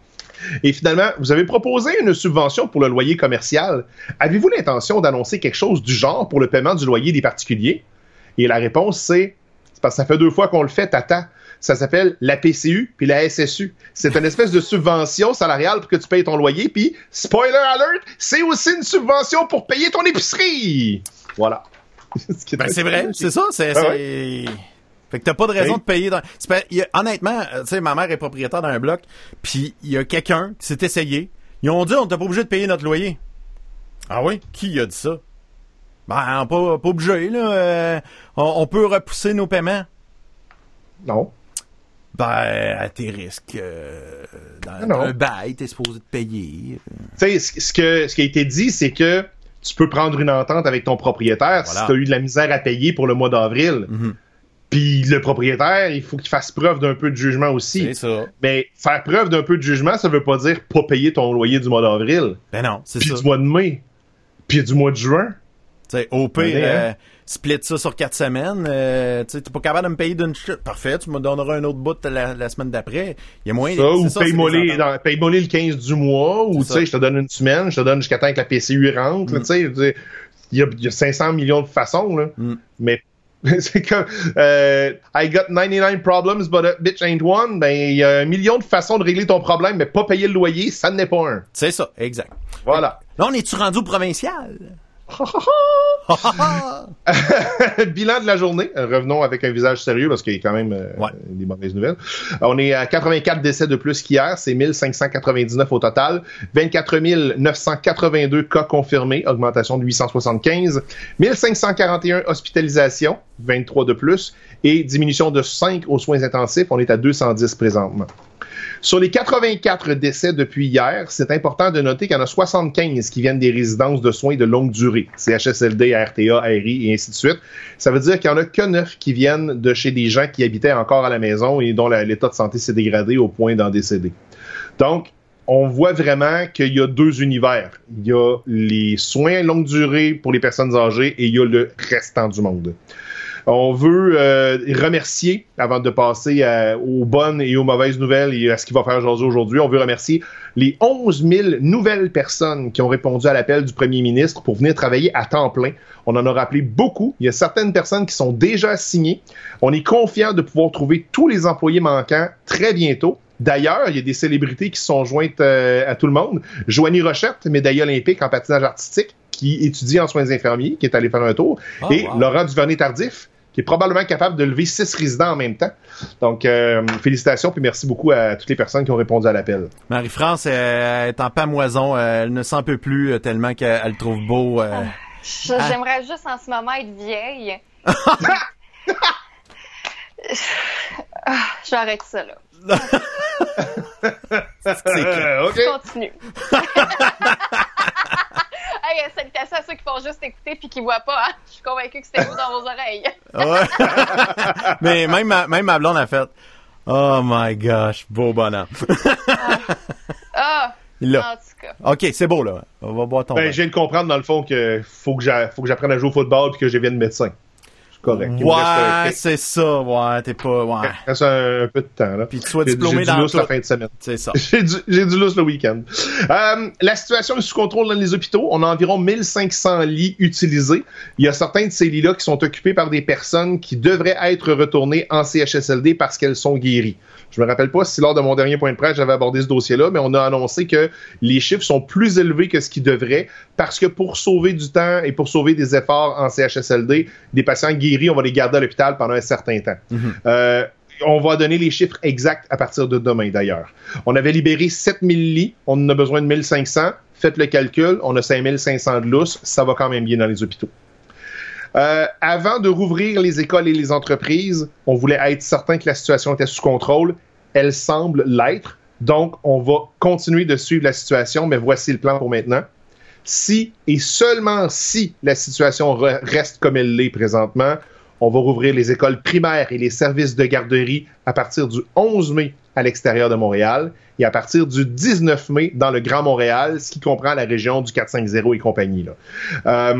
Et finalement, vous avez proposé une subvention pour le loyer commercial. Avez-vous l'intention d'annoncer quelque chose du genre pour le paiement du loyer des particuliers? Et la réponse, c'est parce que ça fait 2 fois qu'on le fait, tata. Ça s'appelle la PCU puis la SSU. C'est une espèce de subvention salariale pour que tu payes ton loyer. Puis, spoiler alert, c'est aussi une subvention pour payer ton épicerie. Voilà. C'est vrai, c'est ça. C'est... Fait que t'as pas de raison de payer dans... Honnêtement, tu sais, ma mère est propriétaire d'un bloc, puis il y a quelqu'un qui s'est essayé. Ils ont dit, on t'es pas obligé de payer notre loyer. Ah oui? Qui a dit ça? Ben, pas obligé, là. On peut repousser nos paiements. Non. Ben, à tes risques. Dans un bail, t'es supposé de payer. Tu sais, ce qui a été dit, c'est que tu peux prendre une entente avec ton propriétaire si t'as eu de la misère à payer pour le mois d'avril. Puis le propriétaire, il faut qu'il fasse preuve d'un peu de jugement aussi. C'est ça. Mais faire preuve d'un peu de jugement, ça veut pas dire pas payer ton loyer du mois d'avril. Ben non, c'est ça. Puis du mois de mai. Puis du mois de juin. Tu sais, au pire, split ça sur 4 semaines. Tu sais, t'es pas capable de me payer d'une chute. Parfait, tu me donneras un autre bout la semaine d'après. Il y a moyen... Ça, ou paye-moi le 15 du mois, ou tu sais, je te donne une semaine, je te donne jusqu'à temps que la PCU rentre. Tu sais, il y a 500 millions de façons, là. Mais c'est comme I got 99 problems, but a bitch ain't one. Ben, il y a 1 million de façons de régler ton problème, mais pas payer le loyer, ça n'est pas un. C'est ça, exact. Voilà. Là, on est-tu rendu au provincial? Bilan de la journée. Revenons avec un visage sérieux parce qu'il y a quand même des mauvaises nouvelles. On est à 84 décès de plus qu'hier. C'est 1599 au total. 24 982 cas confirmés, augmentation de 875. 1541 hospitalisations, 23 de plus. Et diminution de 5 aux soins intensifs. On est à 210 présentement. Sur les 84 décès depuis hier, c'est important de noter qu'il y en a 75 qui viennent des résidences de soins de longue durée, CHSLD, RTA, ARI et ainsi de suite. Ça veut dire qu'il n'y en a que 9 qui viennent de chez des gens qui habitaient encore à la maison et dont l'état de santé s'est dégradé au point d'en décéder. Donc, on voit vraiment qu'il y a 2 univers. Il y a les soins longue durée pour les personnes âgées et il y a le restant du monde. On veut remercier, avant de passer aux bonnes et aux mauvaises nouvelles et à ce qu'il va faire aujourd'hui, on veut remercier les 11 000 nouvelles personnes qui ont répondu à l'appel du premier ministre pour venir travailler à temps plein. On en a rappelé beaucoup. Il y a certaines personnes qui sont déjà assignées. On est confiant de pouvoir trouver tous les employés manquants très bientôt. D'ailleurs, il y a des célébrités qui se sont jointes à tout le monde. Joanie Rochette, médaillée olympique en patinage artistique, qui étudie en soins infirmiers, qui est allé faire un tour. Laurent Duvernay-Tardif, qui est probablement capable de lever 6 résidents en même temps. Donc, félicitations, puis merci beaucoup à toutes les personnes qui ont répondu à l'appel. Marie-France est en pamoison. Elle ne s'en peut plus tellement qu'elle le trouve beau. J'aimerais juste en ce moment être vieille. J'arrête ça, là. OK. Je continue. Hey, salutations à ceux qui font juste écouter puis qui voient pas. Hein? Je suis convaincu que c'était vous dans vos oreilles. Ouais. Mais même ma blonde a fait « Oh my gosh, beau bonhomme. » en tout cas. OK, c'est beau, là. On va boire ton je viens de comprendre, dans le fond, que faut que j'apprenne à jouer au football puis que je devienne médecin. correct. Ouais, c'est ça. Ouais, t'es pas... Ouais. Il reste un peu de temps, là. Puis tu sois diplômé dans tout. La fin de semaine. C'est ça. J'ai du lousse le week-end. La situation est sous contrôle dans les hôpitaux. On a environ 1500 lits utilisés. Il y a certains de ces lits-là qui sont occupés par des personnes qui devraient être retournées en CHSLD parce qu'elles sont guéries. Je me rappelle pas si lors de mon dernier point de presse, j'avais abordé ce dossier-là, mais on a annoncé que les chiffres sont plus élevés que ce qu'ils devraient parce que pour sauver du temps et pour sauver des efforts en CHSLD, des patients guéris, on va les garder à l'hôpital pendant un certain temps. On va donner les chiffres exacts à partir de demain, d'ailleurs. On avait libéré 7000 lits, on en a besoin de 1500. Faites le calcul, on a 5500 de lousse, ça va quand même bien dans les hôpitaux. Avant de rouvrir les écoles et les entreprises, on voulait être certain que la situation était sous contrôle. Elle semble l'être. Donc, on va continuer de suivre la situation, mais voici le plan pour maintenant. Si et seulement si la situation reste comme elle l'est présentement, on va rouvrir les écoles primaires et les services de garderie à partir du 11 mai à l'extérieur de Montréal et à partir du 19 mai dans le Grand Montréal, ce qui comprend la région du 450 et compagnie, là.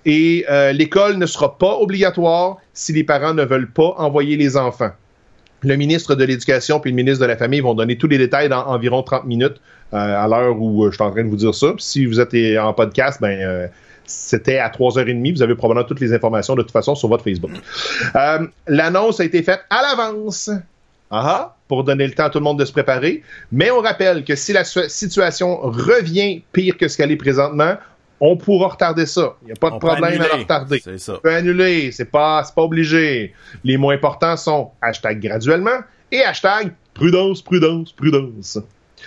L'école ne sera pas obligatoire si les parents ne veulent pas envoyer les enfants. Le ministre de l'Éducation puis le ministre de la Famille vont donner tous les détails dans environ 30 minutes à l'heure où je suis en train de vous dire ça. Puis si vous êtes en podcast, c'était à 3h30. Vous avez probablement toutes les informations de toute façon sur votre Facebook. L'annonce a été faite à l'avance. Pour donner le temps à tout le monde de se préparer. Mais on rappelle que si la situation revient pire que ce qu'elle est présentement, on pourra retarder ça. Il n'y a pas de problème à le retarder. C'est ça. On peut annuler. C'est pas obligé. Les mots importants sont #graduellement et #prudence, prudence, prudence.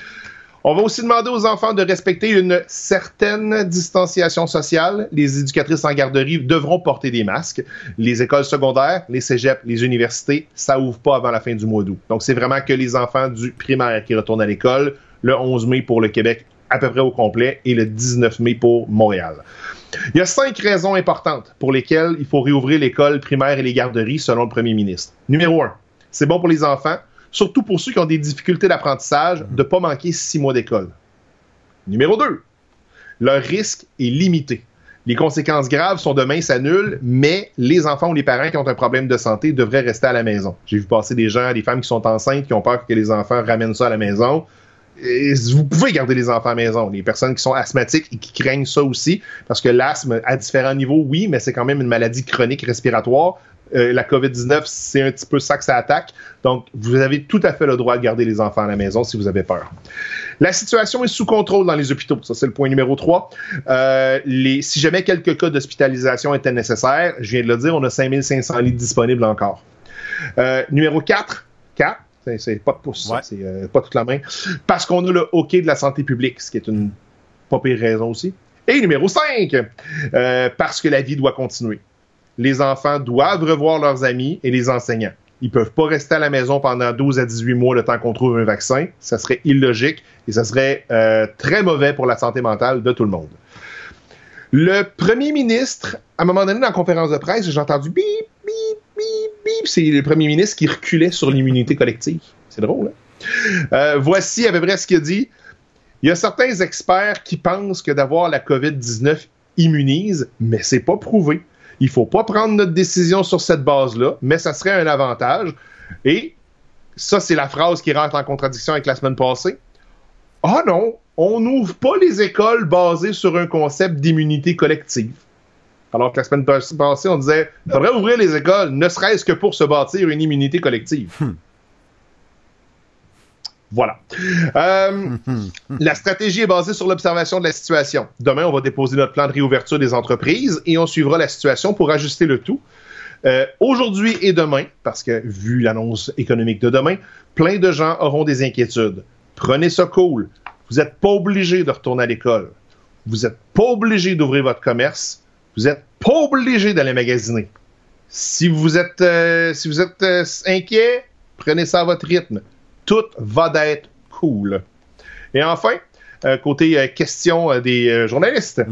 On va aussi demander aux enfants de respecter une certaine distanciation sociale. Les éducatrices en garderie devront porter des masques. Les écoles secondaires, les cégeps, les universités, ça ouvre pas avant la fin du mois d'août. Donc, c'est vraiment que les enfants du primaire qui retournent à l'école, le 11 mai pour le Québec à peu près au complet et le 19 mai pour Montréal. Il y a 5 raisons importantes pour lesquelles il faut réouvrir l'école primaire et les garderies selon le premier ministre. Numéro 1, c'est bon pour les enfants, surtout pour ceux qui ont des difficultés d'apprentissage, de ne pas manquer 6 mois d'école. Numéro 2, leur risque est limité. Les conséquences graves sont de mince à nulles, mais les enfants ou les parents qui ont un problème de santé devraient rester à la maison. J'ai vu passer des femmes qui sont enceintes, qui ont peur que les enfants ramènent ça à la maison. Et vous pouvez garder les enfants à la maison. Les personnes qui sont asthmatiques et qui craignent ça aussi, parce que l'asthme, à différents niveaux, oui, mais c'est quand même une maladie chronique respiratoire. La COVID-19, c'est un petit peu ça que ça attaque. Donc, vous avez tout à fait le droit de garder les enfants à la maison si vous avez peur. La situation est sous contrôle dans les hôpitaux. Ça, c'est le point numéro 3. Si jamais quelques cas d'hospitalisation étaient nécessaires, je viens de le dire, on a 5500 lits disponibles encore. Numéro 4, c'est pas de pouce, ouais. C'est pas toute la main. Parce qu'on a le hockey de la santé publique, ce qui est une pas pire raison aussi. Et numéro 5, parce que la vie doit continuer. Les enfants doivent revoir leurs amis et les enseignants. Ils peuvent pas rester à la maison pendant 12 à 18 mois le temps qu'on trouve un vaccin. Ça serait illogique et ça serait très mauvais pour la santé mentale de tout le monde. Le premier ministre, à un moment donné dans la conférence de presse, j'ai entendu bip, bip, bip, bip. C'est le premier ministre qui reculait sur l'immunité collective. C'est drôle, hein? Voici à peu près ce qu'il a dit. Il y a certains experts qui pensent que d'avoir la COVID-19 immunise, mais c'est pas prouvé. Il faut pas prendre notre décision sur cette base-là, mais ça serait un avantage. Et ça, c'est la phrase qui rentre en contradiction avec la semaine passée. Ah non, on n'ouvre pas les écoles basées sur un concept d'immunité collective. Alors que la semaine passée, on disait il faudrait ouvrir les écoles, ne serait-ce que pour se bâtir une immunité collective. Voilà. La stratégie est basée sur l'observation de la situation. Demain, on va déposer notre plan de réouverture des entreprises et on suivra la situation pour ajuster le tout. Aujourd'hui et demain, parce que vu l'annonce économique de demain, plein de gens auront des inquiétudes. Prenez ça cool. Vous n'êtes pas obligé de retourner à l'école. Vous n'êtes pas obligé d'ouvrir votre commerce. Vous n'êtes pas obligé d'aller magasiner. Si vous êtes inquiet, prenez ça à votre rythme. Tout va d'être cool. Et enfin, côté question des journalistes,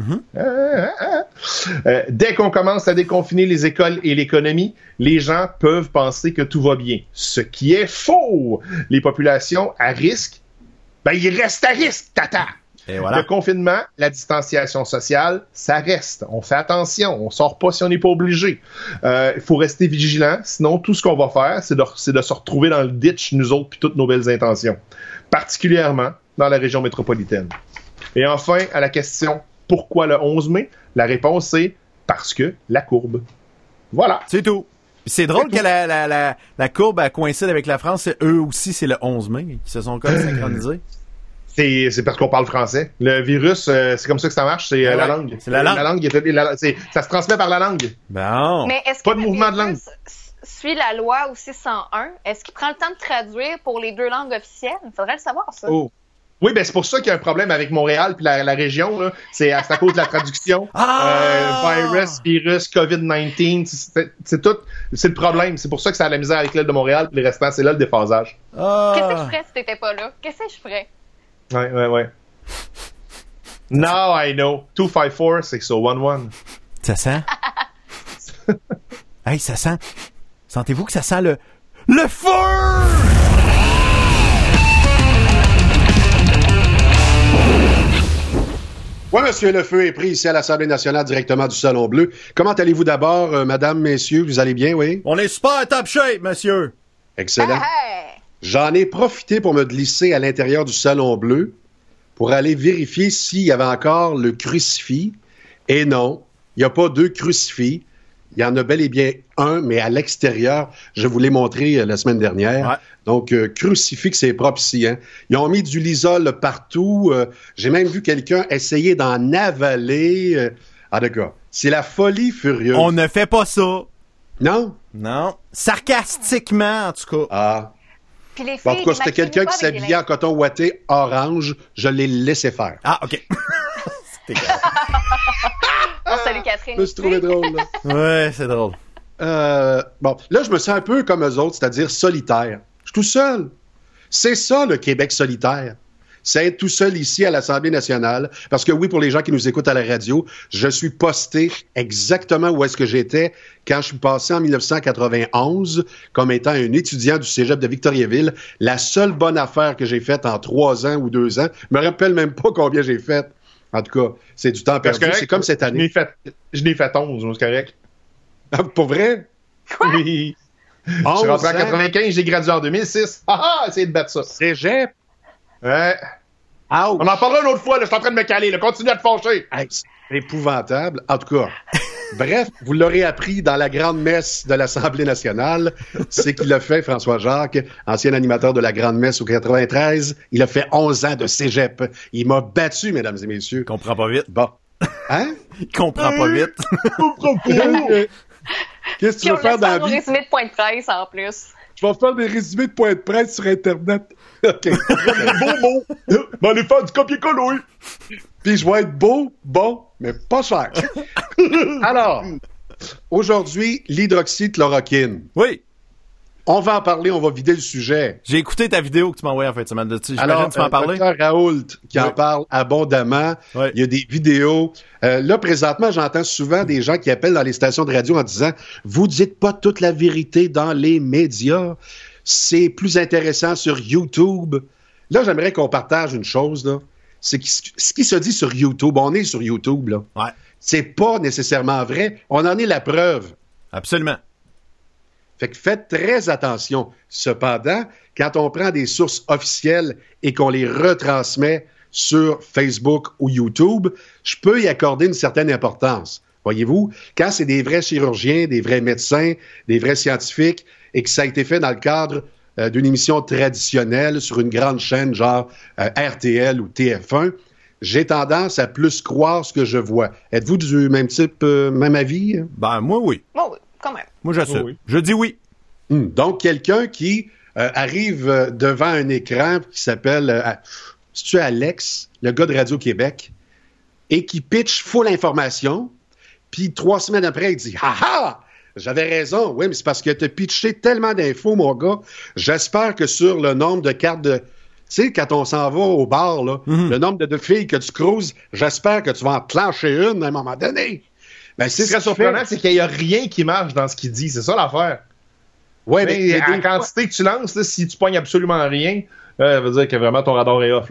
dès qu'on commence à déconfiner les écoles et l'économie, les gens peuvent penser que tout va bien. Ce qui est faux. Les populations à risque, ils restent à risque, tata. Et voilà. Le confinement, la distanciation sociale, ça reste. On fait attention. On sort pas si on n'est pas obligé. Il faut rester vigilant. Sinon, tout ce qu'on va faire, c'est de se retrouver dans le ditch, nous autres, puis toutes nos belles intentions. Particulièrement dans la région métropolitaine. Et enfin, à la question « Pourquoi le 11 mai? » La réponse est « Parce que la courbe. » Voilà. C'est tout. C'est drôle que la courbe coïncide avec la France. Eux aussi, c'est le 11 mai. Ils se sont comme synchronisés. C'est parce qu'on parle français. Le virus, c'est comme ça que ça marche, c'est la langue. C'est la langue. Ça se transmet par la langue. Bon. Mais est-ce Pas que de le mouvement de langue. virus suit la loi au 601? Est-ce qu'il prend le temps de traduire pour les 2 langues officielles? Il faudrait le savoir, ça. Oh. Oui, ben c'est pour ça qu'il y a un problème avec Montréal puis la région. Là. C'est à cause de la traduction. Virus, COVID-19, c'est tout. C'est le problème. C'est pour ça que ça a la misère avec l'île de Montréal puis les restants. C'est là le déphasage. Qu'est-ce que je ferais si t'étais pas là? Qu'est-ce que je ferais? Ouais. Now I know. 254-6011. Ça sent? Hey, ça sent. Sentez-vous que ça sent le feu? Oui, monsieur, le feu est pris ici à l'Assemblée nationale directement du Salon Bleu. Comment allez-vous d'abord, madame, messieurs? Vous allez bien, oui? On est super top shape, monsieur. Excellent. Hey! J'en ai profité pour me glisser à l'intérieur du Salon Bleu pour aller vérifier s'il y avait encore le crucifix. Et non, il n'y a pas 2 crucifix. Il y en a bel et bien un, mais à l'extérieur. Je vous l'ai montré la semaine dernière. Ouais. Donc, crucifix, c'est propre ici. Hein? Ils ont mis du Lysol partout. J'ai même vu quelqu'un essayer d'en avaler. En tout cas, c'est la folie furieuse. On ne fait pas ça. Non? Non. Sarcastiquement, en tout cas. Ah. Puis les filles, En tout cas, c'était quelqu'un qui s'habille s'habillait en coton ouaté orange. Je l'ai laissé faire. Ah, OK. C'était salut Catherine. Je me suis trouvé drôle, là. Ouais, c'est drôle. Bon, là, je me sens un peu comme eux autres, c'est-à-dire solitaire. Je suis tout seul. C'est ça, le Québec solitaire. C'est être tout seul ici à l'Assemblée nationale. Parce que oui, pour les gens qui nous écoutent à la radio, je suis posté exactement où est-ce que j'étais quand je suis passé en 1991 comme étant un étudiant du cégep de Victoriaville. La seule bonne affaire que j'ai faite en 3 ans ou 2 ans, je me rappelle même pas combien j'ai fait. En tout cas, c'est du temps perdu. C'est comme cette année. Je n'ai fait 11, c'est correct. Ah, pour vrai? Oui. Je suis rentré en 95, j'ai gradué en 2006. Essayez de battre ça. Cégep? Ouais. Ouch. On en parlera une autre fois, là, je suis en train de me caler. Là. Continue à te fâcher. Hey, c'est épouvantable. En tout cas, bref, vous l'aurez appris dans la grande messe de l'Assemblée nationale. C'est qu'il a fait, François Jacques, ancien animateur de la grande messe au 93. Il a fait 11 ans de cégep. Il m'a battu, mesdames et messieurs. Il comprend pas vite. Bon. Hein? Il comprend pas vite. Qu'est-ce que tu veux faire dans la vie? résumé de point de presse en plus. Je vais faire des résumés de points de presse sur Internet. OK. Beau mot. Ben, aller faire du copier-coller. Puis je vais être beau, bon, mais pas cher. Alors, aujourd'hui, l'hydroxychloroquine. Oui. On va en parler, on va vider le sujet. J'ai écouté ta vidéo que tu m'as envoyée en fait. Alors, tu m'en parlais? Dr. Raoult qui en parle abondamment. Oui. Il y a des vidéos. Là, présentement, j'entends souvent des gens qui appellent dans les stations de radio en disant « Vous dites pas toute la vérité dans les médias. C'est plus intéressant sur YouTube. » Là, j'aimerais qu'on partage une chose, là. C'est que ce qui se dit sur YouTube, on est sur YouTube, là. Ouais. C'est pas nécessairement vrai. On en est la preuve. Absolument. Fait que faites très attention. Cependant, quand on prend des sources officielles et qu'on les retransmet sur Facebook ou YouTube, je peux y accorder une certaine importance. Voyez-vous, quand c'est des vrais chirurgiens, des vrais médecins, des vrais scientifiques, et que ça a été fait dans le cadre d'une émission traditionnelle sur une grande chaîne genre RTL ou TF1, j'ai tendance à plus croire ce que je vois. Êtes-vous du même type, même avis? Ben, moi, oui. Oh, oui, quand même. Moi, j'assume. Oui. Je dis oui. Donc, quelqu'un qui arrive devant un écran qui s'appelle, c'est-tu Alex, le gars de Radio-Québec, et qui pitch full information, puis 3 semaines après, il dit « Ha ha! J'avais raison. Oui, mais c'est parce que tu as pitché tellement d'infos, mon gars. J'espère que sur le nombre de cartes de... Tu sais, quand on s'en va au bar, là, le nombre de filles que tu cruises, j'espère que tu vas en clencher une à un moment donné. » Ben, Ce qui serait surprenant, c'est qu'il n'y a rien qui marche dans ce qu'il dit. C'est ça l'affaire. Ouais, mais à la quantité que tu lances, là, si tu pognes absolument rien, ça veut dire que vraiment ton radar est off. Là.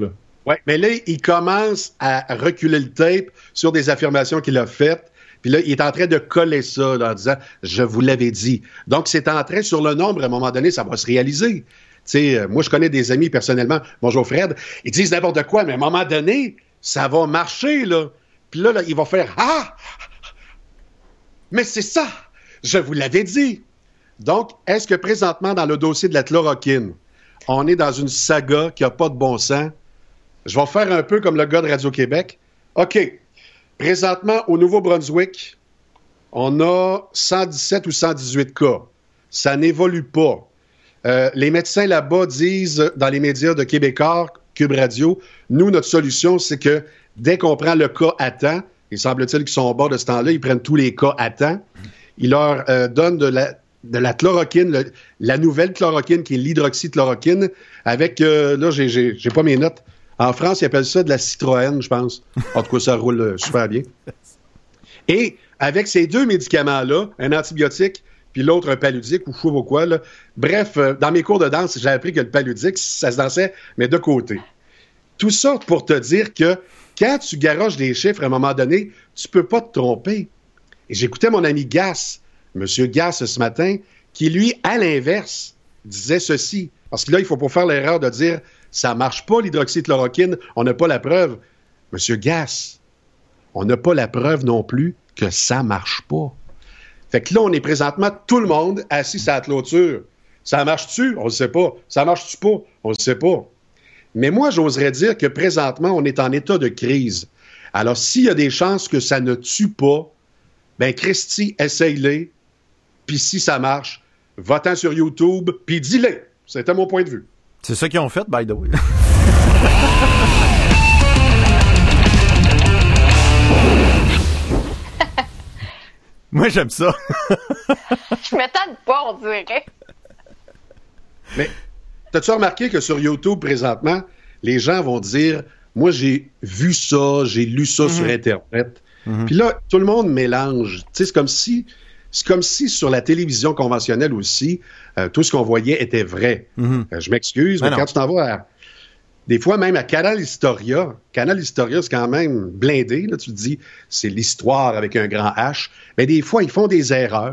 Oui, mais là, il commence à reculer le tape sur des affirmations qu'il a faites. Puis là, il est en train de coller ça là, en disant « Je vous l'avais dit ». Donc, c'est en train, sur le nombre, à un moment donné, ça va se réaliser. Moi, je connais des amis personnellement, bonjour Fred, ils disent n'importe quoi, mais à un moment donné, ça va marcher, là. Puis là, ils vont faire « Ah! Mais c'est ça! Je vous l'avais dit! » Donc, est-ce que présentement, dans le dossier de la chloroquine, on est dans une saga qui n'a pas de bon sens? Je vais faire un peu comme le gars de Radio-Québec. OK. Présentement, au Nouveau-Brunswick, on a 117 ou 118 cas. Ça n'évolue pas. Les médecins là-bas disent, dans les médias de Québécois, Cube Radio, nous, notre solution, c'est que dès qu'on prend le cas à temps, il semble-t-il qu'ils sont au bord de ce temps-là, ils prennent tous les cas à temps, ils leur donnent de la chloroquine, la nouvelle chloroquine qui est l'hydroxychloroquine, avec, là, j'ai pas mes notes. En France, ils appellent ça de la Citroën, je pense. En tout cas, ça roule super bien. Et avec ces deux médicaments-là, un antibiotique puis l'autre un paludique ou je sais pas quoi, là. Bref, dans mes cours de danse, j'ai appris que le paludique, ça se dansait, mais de côté. Tout ça pour te dire que quand tu garoches des chiffres, à un moment donné, tu peux pas te tromper. Et j'écoutais mon ami Gass, M. Gass, ce matin, qui, lui, à l'inverse, disait ceci. Parce que là, il faut pas faire l'erreur de dire « ça marche pas, l'hydroxychloroquine, on n'a pas la preuve ». Monsieur Gass, on n'a pas la preuve non plus que ça marche pas. Fait que là, on est présentement tout le monde assis sur la clôture. Ça marche-tu? On le sait pas. Ça marche-tu pas? On le sait pas. Mais moi, j'oserais dire que présentement, on est en état de crise. Alors, s'il y a des chances que ça ne tue pas, ben Christy, essaye-les. Puis si ça marche, va-t'en sur YouTube, puis dis-les. C'était mon point de vue. C'est ça qu'ils ont fait, by the way. Moi, j'aime ça. Je m'étonne pas, on dirait. Mais, t'as-tu remarqué que sur YouTube, présentement, les gens vont dire « Moi, j'ai vu ça, j'ai lu ça sur Internet. » Puis là, tout le monde mélange. Tu sais, c'est comme si sur la télévision conventionnelle aussi, tout ce qu'on voyait était vrai. Je m'excuse, mais quand tu t'en vas à... Des fois, même à Canal Historia, c'est quand même blindé. Là, tu te dis, c'est l'histoire avec un grand H. Mais des fois, ils font des erreurs.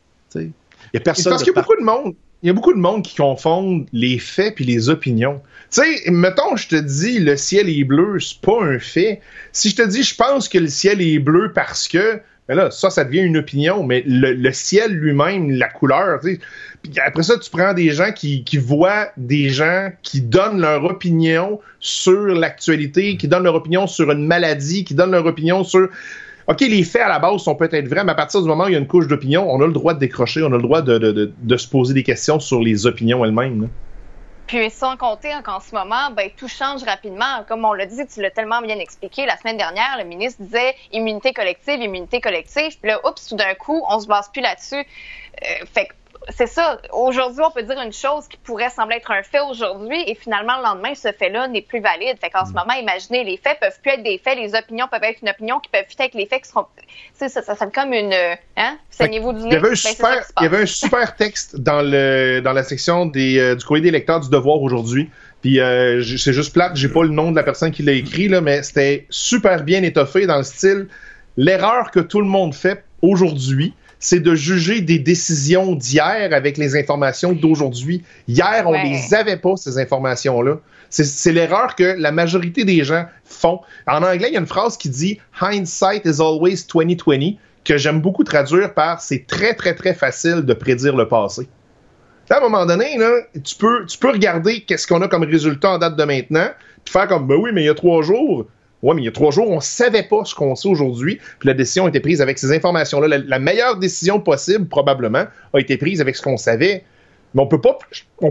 Il y a personne. Parce qu'il y a beaucoup de monde qui confondent les faits puis les opinions. Tu sais, mettons, je te dis, le ciel est bleu, c'est pas un fait. Si je te dis, je pense que le ciel est bleu parce que, ben là, ça devient une opinion, mais le ciel lui-même, la couleur, tu sais. Puis après ça, tu prends des gens qui voient des gens qui donnent leur opinion sur l'actualité, qui donnent leur opinion sur une maladie, qui donnent leur opinion sur... OK, les faits à la base sont peut-être vrais, mais à partir du moment où il y a une couche d'opinion, on a le droit de décrocher, on a le droit de se poser des questions sur les opinions elles-mêmes. Là. Puis sans compter qu'en ce moment, ben tout change rapidement. Comme on l'a dit, tu l'as tellement bien expliqué, la semaine dernière, le ministre disait immunité collective. Puis là, oups, tout d'un coup, on se base plus là-dessus. Fait que c'est ça. Aujourd'hui, on peut dire une chose qui pourrait sembler être un fait aujourd'hui et finalement, le lendemain, ce fait-là n'est plus valide. Fait qu'en ce moment, imaginez, les faits peuvent plus être des faits, les opinions peuvent être une opinion qui peuvent plus être les faits qui seront... Ça fait comme une... Hein? Saignez-vous du nez. Il y avait un super texte dans la section du courrier des lecteurs du Devoir aujourd'hui. Puis c'est juste plate, j'ai pas le nom de la personne qui l'a écrit, là, mais c'était super bien étoffé dans le style « L'erreur que tout le monde fait aujourd'hui, c'est de juger des décisions d'hier avec les informations d'aujourd'hui. Hier, on les avait pas, ces informations-là. C'est l'erreur que la majorité des gens font. En anglais, il y a une phrase qui dit « Hindsight is always 20/20 » que j'aime beaucoup traduire par « C'est très, très, très facile de prédire le passé ». À un moment donné, là, tu peux regarder qu'est-ce qu'on a comme résultat en date de maintenant, puis faire comme « Ben oui, mais il y a 3 jours... » Oui, mais il y a 3 jours, on ne savait pas ce qu'on sait aujourd'hui, puis la décision a été prise avec ces informations-là. La meilleure décision possible, probablement, a été prise avec ce qu'on savait. Mais on peut pas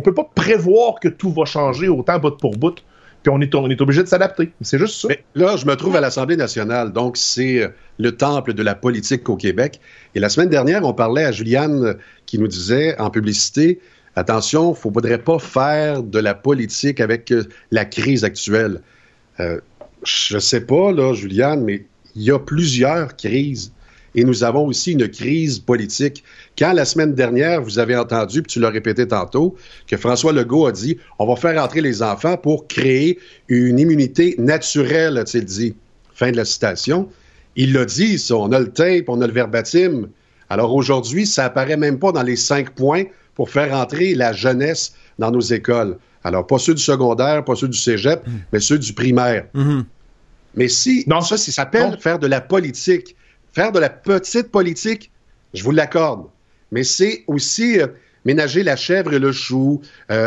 prévoir que tout va changer autant bout pour bout, puis on est obligé de s'adapter. C'est juste ça. Mais là, je me trouve à l'Assemblée nationale, donc c'est le temple de la politique au Québec. Et la semaine dernière, on parlait à Juliane qui nous disait en publicité, attention, il ne faudrait pas faire de la politique avec la crise actuelle. Je sais pas, là, Juliane, mais il y a plusieurs crises. et nous avons aussi une crise politique. Quand la semaine dernière, vous avez entendu, puis tu l'as répété tantôt, que François Legault a dit « on va faire entrer les enfants pour créer une immunité naturelle », a-t-il dit. Fin de la citation. Il l'a dit, ça, on a le tape, on a le verbatim. Alors aujourd'hui, ça apparaît même pas dans les 5 points pour faire entrer la jeunesse dans nos écoles. Alors, pas ceux du secondaire, pas ceux du cégep, mais ceux du primaire. Mm-hmm. Mais si, non, ça s'appelle faire de la politique. Faire de la petite politique, je vous l'accorde. Mais c'est aussi ménager la chèvre et le chou,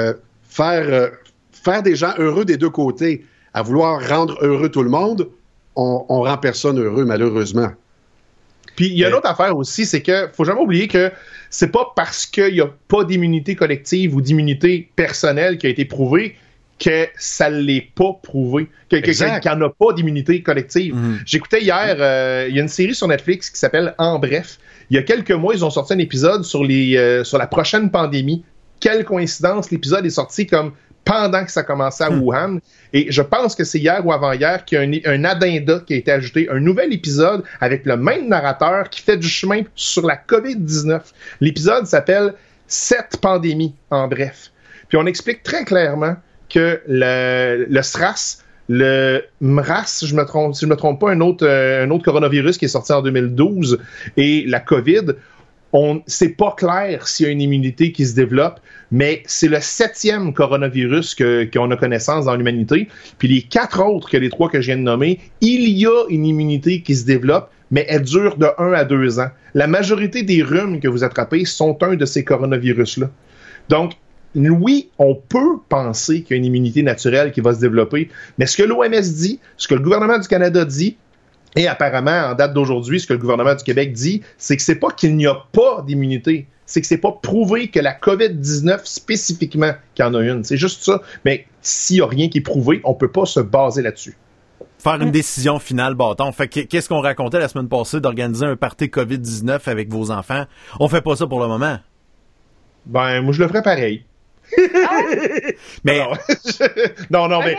faire des gens heureux des deux côtés. À vouloir rendre heureux tout le monde, on rend personne heureux, malheureusement. Puis il y a une autre affaire aussi, c'est que faut jamais oublier que c'est pas parce qu'il n'y a pas d'immunité collective ou d'immunité personnelle qui a été prouvée que ça ne l'est pas prouvé, qu'il n'y en a pas d'immunité collective. J'écoutais hier, il y a une série sur Netflix qui s'appelle En bref. Il y a quelques mois, ils ont sorti un épisode sur la prochaine pandémie. Quelle coïncidence, l'épisode est sorti comme pendant que ça commençait à Wuhan. Et je pense que c'est hier ou avant-hier qu'il y a un addenda qui a été ajouté, un nouvel épisode avec le même narrateur qui fait du chemin sur la COVID-19. L'épisode s'appelle « 7 pandémies » en bref. Puis on explique très clairement que le SRAS, le MRAS, si je me trompe pas, un autre coronavirus qui est sorti en 2012, et la COVID, c'est pas clair s'il y a une immunité qui se développe, mais c'est le 7e coronavirus qu'on a connaissance dans l'humanité. Puis les 4 autres que les 3 que je viens de nommer, il y a une immunité qui se développe, mais elle dure de 1 à 2 ans. La majorité des rhumes que vous attrapez sont un de ces coronavirus-là. Donc, oui, on peut penser qu'il y a une immunité naturelle qui va se développer, mais ce que l'OMS dit, ce que le gouvernement du Canada dit, et apparemment, en date d'aujourd'hui, ce que le gouvernement du Québec dit, c'est que c'est pas qu'il n'y a pas d'immunité, c'est que c'est pas prouvé que la COVID-19 spécifiquement qu'il y en a une. C'est juste ça. Mais s'il n'y a rien qui est prouvé, on peut pas se baser là-dessus. Faire une décision finale, bâton. Fait qu'est-ce qu'on racontait la semaine passée d'organiser un party COVID-19 avec vos enfants? On fait pas ça pour le moment. Ben, moi, je le ferais pareil. Mais non, mais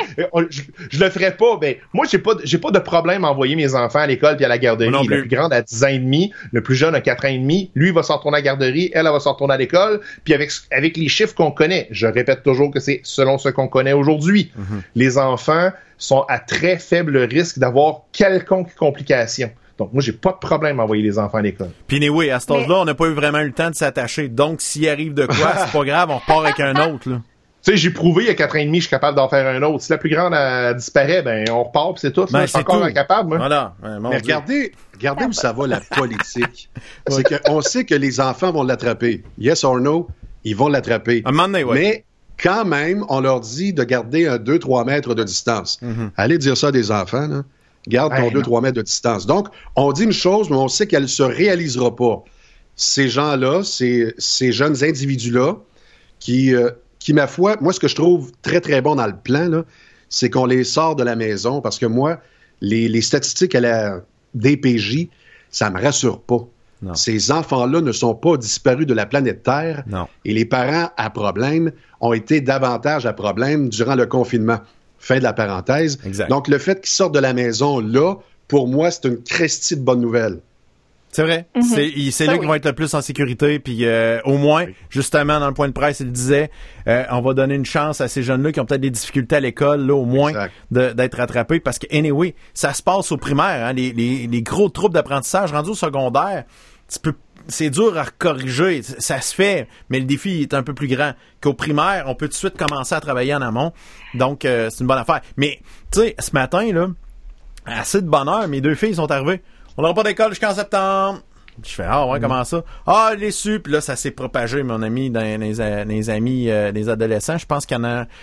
je le ferais pas. Ben, moi, j'ai pas de problème à envoyer mes enfants à l'école puis à la garderie. Le plus grande a 10 ans et demi, le plus jeune a 4 ans et demi. Lui, il va s'en retourner à la garderie, elle va s'en retourner à l'école. Puis avec les chiffres qu'on connaît, je répète toujours que c'est selon ce qu'on connaît aujourd'hui. Les enfants sont à très faible risque d'avoir quelconque complication. Donc, moi, j'ai pas de problème à envoyer les enfants à l'école. Puis anyway, à cet âge-là, on n'a pas eu vraiment eu le temps de s'attacher. Donc, s'il arrive de quoi, c'est pas grave, on repart avec un autre, là. Tu sais, j'ai prouvé il y a 4 ans et demi, je suis capable d'en faire un autre. Si la plus grande disparaît, ben on repart, puis c'est tout. Je suis encore incapable, moi. Voilà. Mais regardez où ça va, la politique. C'est qu'on sait que les enfants vont l'attraper. Yes or no, ils vont l'attraper. Un moment donné, ouais. Mais quand même, on leur dit de garder un 2-3 mètres de distance. Allez dire ça à des enfants, là. Garde ton 2-3 mètres de distance. Donc, on dit une chose, mais on sait qu'elle ne se réalisera pas. Ces gens-là, ces jeunes individus-là, qui, ma foi, moi, ce que je trouve très, très bon dans le plan, là, c'est qu'on les sort de la maison, parce que moi, les statistiques à la DPJ, ça me rassure pas. Non. Ces enfants-là ne sont pas disparus de la planète Terre, non. Et les parents à problème ont été davantage à problème durant le confinement. Fin de la parenthèse. Exact. Donc, le fait qu'ils sortent de la maison, là, pour moi, c'est une christie de bonne nouvelle. C'est vrai. C'est là qu'ils vont être le plus en sécurité. Puis au moins, justement, dans le point de presse, il disait, on va donner une chance à ces jeunes-là qui ont peut-être des difficultés à l'école, là, au moins, d'être rattrapés. Parce que, anyway, ça se passe au primaire. Hein, les gros troubles d'apprentissage rendus au secondaire, c'est dur à corriger, ça se fait, mais le défi est un peu plus grand qu'au primaire. On peut tout de suite commencer à travailler en amont, donc c'est une bonne affaire. Mais tu sais, ce matin là, assez de bonheur, mes 2 filles sont arrivées. On n'aura pas d'école jusqu'en septembre. Je fais comment ça? Ah, les su, puis là ça s'est propagé, mon ami, dans les amis des adolescents. Je pense qu'il y en a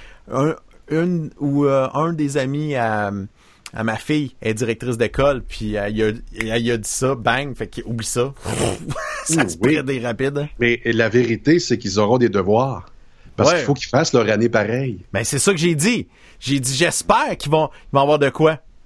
un des amis à ma fille est directrice d'école, puis elle a dit ça, bang, fait qu'il oublie ça. Ça se perd des rapides. Mais la vérité, c'est qu'ils auront des devoirs. Parce qu'il faut qu'ils fassent leur année pareille. Ben, c'est ça que j'ai dit. J'ai dit, j'espère qu'ils vont avoir de quoi.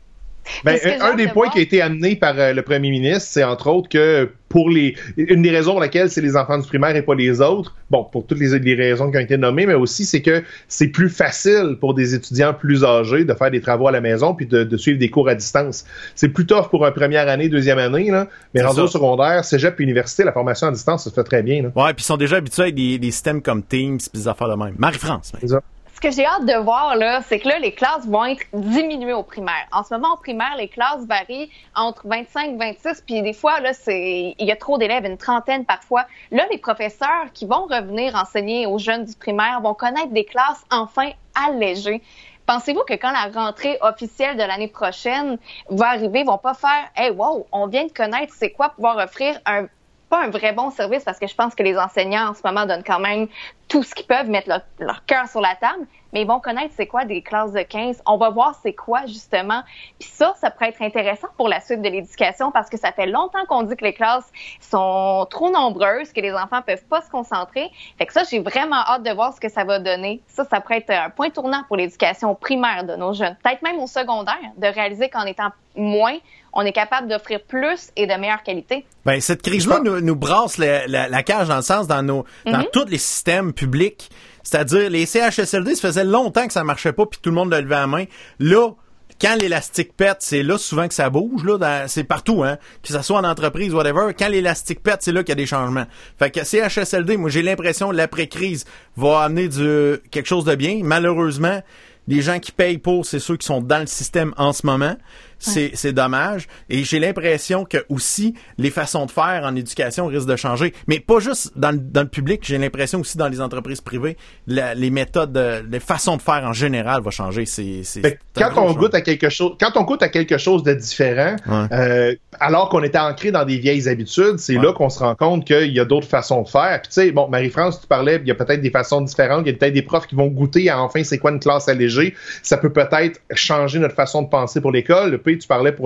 Ben, un des points qui a été amené par le premier ministre, c'est entre autres que une des raisons pour laquelle c'est les enfants du primaire et pas les autres, bon, pour toutes les raisons qui ont été nommées, mais aussi c'est que c'est plus facile pour des étudiants plus âgés de faire des travaux à la maison puis de suivre des cours à distance. C'est plus tough pour une première année, deuxième année, là, mais rendu au secondaire, cégep et université, la formation à distance, ça se fait très bien. Là. Ouais, puis ils sont déjà habitués avec des systèmes comme Teams puis des affaires de même. Marie-France. C'est ça. Ce que j'ai hâte de voir, là, c'est que là, les classes vont être diminuées au primaire. En ce moment, au primaire, les classes varient entre 25 26, puis des fois, là, il y a trop d'élèves, une trentaine parfois. Là, les professeurs qui vont revenir enseigner aux jeunes du primaire vont connaître des classes enfin allégées. Pensez-vous que quand la rentrée officielle de l'année prochaine va arriver, ils vont pas faire « Hey, wow, on vient de connaître c'est quoi pouvoir offrir pas un vrai bon service, parce que je pense que les enseignants en ce moment donnent quand même tout ce qu'ils peuvent, mettre leur cœur sur la table, mais ils vont connaître c'est quoi des classes de 15. On va voir c'est quoi justement. Puis ça pourrait être intéressant pour la suite de l'éducation, parce que ça fait longtemps qu'on dit que les classes sont trop nombreuses, que les enfants peuvent pas se concentrer. Fait que ça, j'ai vraiment hâte de voir ce que ça va donner. Ça pourrait être un point tournant pour l'éducation primaire de nos jeunes, peut-être même au secondaire, de réaliser qu'en étant moins, on est capable d'offrir plus et de meilleure qualité. Ben, cette crise-là nous brasse la cage dans le sens dans tous les systèmes publics. C'est-à-dire, les CHSLD, ça faisait longtemps que ça marchait pas puis tout le monde le levait la main. Là, quand l'élastique pète, c'est là souvent que ça bouge, là, c'est partout, hein. Que ça soit en entreprise, whatever. Quand l'élastique pète, c'est là qu'il y a des changements. Fait que CHSLD, moi, j'ai l'impression que l'après-crise va amener quelque chose de bien. Malheureusement, les gens qui payent pour, c'est ceux qui sont dans le système en ce moment. C'est dommage. Et j'ai l'impression que aussi les façons de faire en éducation risquent de changer. Mais pas juste dans le public, j'ai l'impression aussi dans les entreprises privées, les méthodes, les façons de faire en général vont changer. Quand on goûte à quelque chose de différent, alors qu'on était ancré dans des vieilles habitudes, c'est là qu'on se rend compte qu'il y a d'autres façons de faire. Puis tu sais, bon, Marie-France, tu parlais, il y a peut-être des façons différentes, il y a peut-être des profs qui vont goûter à enfin c'est quoi une classe allégée. Ça peut peut-être changer notre façon de penser pour l'école. Tu parlais pour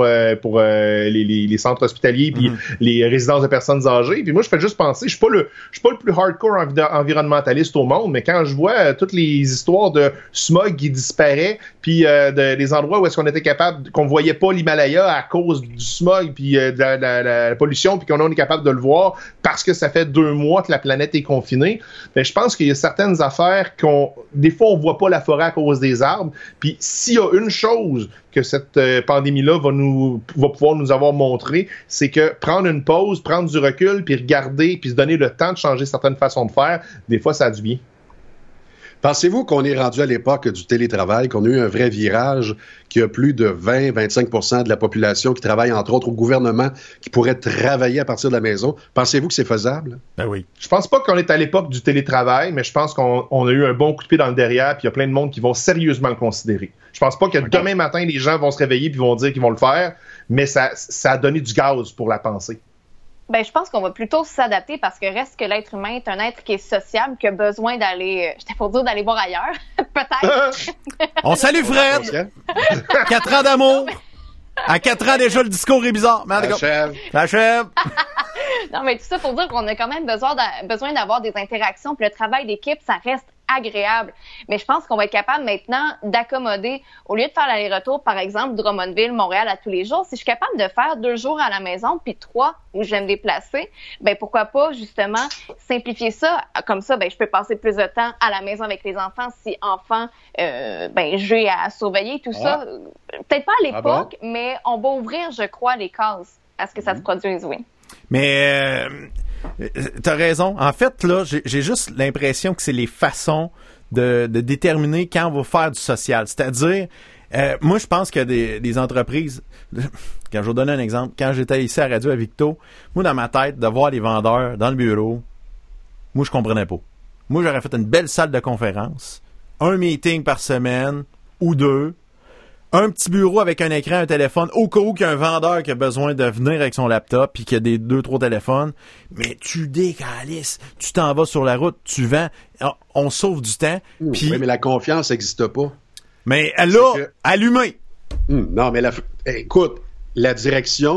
les centres hospitaliers puis les résidences de personnes âgées. Puis moi, je fais juste penser, je suis pas le plus hardcore environnementaliste au monde, mais quand je vois toutes les histoires de smog qui disparaît, puis des endroits où est-ce qu'on était capable, qu'on voyait pas l'Himalaya à cause du smog puis de la pollution, puis qu'on est capable de le voir parce que ça fait 2 mois que la planète est confinée, ben, je pense qu'il y a certaines affaires des fois, on voit pas la forêt à cause des arbres. Puis s'il y a une chose que cette pandémie-là va pouvoir nous avoir montré, c'est que prendre une pause, prendre du recul, puis regarder, puis se donner le temps de changer certaines façons de faire, des fois, ça a du bien. Pensez-vous qu'on est rendu à l'époque du télétravail, qu'on a eu un vrai virage, qu'il y a plus de 20-25% de la population qui travaille, entre autres, au gouvernement, qui pourrait travailler à partir de la maison? Pensez-vous que c'est faisable? Ben oui. Je pense pas qu'on est à l'époque du télétravail, mais je pense qu'on a eu un bon coup de pied dans le derrière, puis il y a plein de monde qui vont sérieusement le considérer. Je pense pas que demain matin, les gens vont se réveiller puis vont dire qu'ils vont le faire, mais ça a donné du gaz pour la pensée. Ben, je pense qu'on va plutôt s'adapter, parce que reste que l'être humain est un être qui est sociable, qui a besoin d'aller, j'étais pour dire d'aller voir ailleurs, peut-être. On salue Fred! 4 ans d'amour! À 4 ans déjà, le discours est bizarre. Achève! Non, mais tout ça pour dire qu'on a quand même besoin d'avoir des interactions, puis le travail d'équipe, ça reste agréable. Mais je pense qu'on va être capable maintenant d'accommoder, au lieu de faire l'aller-retour, par exemple, Drummondville, Montréal à tous les jours, si je suis capable de faire 2 jours à la maison, puis 3 où je vais me déplacer, ben pourquoi pas justement simplifier ça. Comme ça, ben je peux passer plus de temps à la maison avec les enfants, si enfants, j'ai à surveiller, tout ça. Peut-être pas à l'époque, mais on va ouvrir, je crois, les cases à ce que ça se produise, oui. Mais t'as raison. En fait, là, j'ai juste l'impression que c'est les façons de déterminer quand on va faire du social. C'est-à-dire, moi, je pense que des entreprises, quand je vais donner un exemple, quand j'étais ici à Radio à Victo, moi, dans ma tête, de voir les vendeurs dans le bureau, moi, je comprenais pas. Moi, j'aurais fait une belle salle de conférence, un meeting par semaine ou 2, un petit bureau avec un écran, un téléphone, au cas où qu'il y a un vendeur qui a besoin de venir avec son laptop puis qu'il y a des 2-3 téléphones. Mais tu décalisses, tu t'en vas sur la route, tu vends, on sauve du temps. Puis... Oui, mais la confiance n'existe pas. Mais là, à l'humain. Non, mais écoute, la direction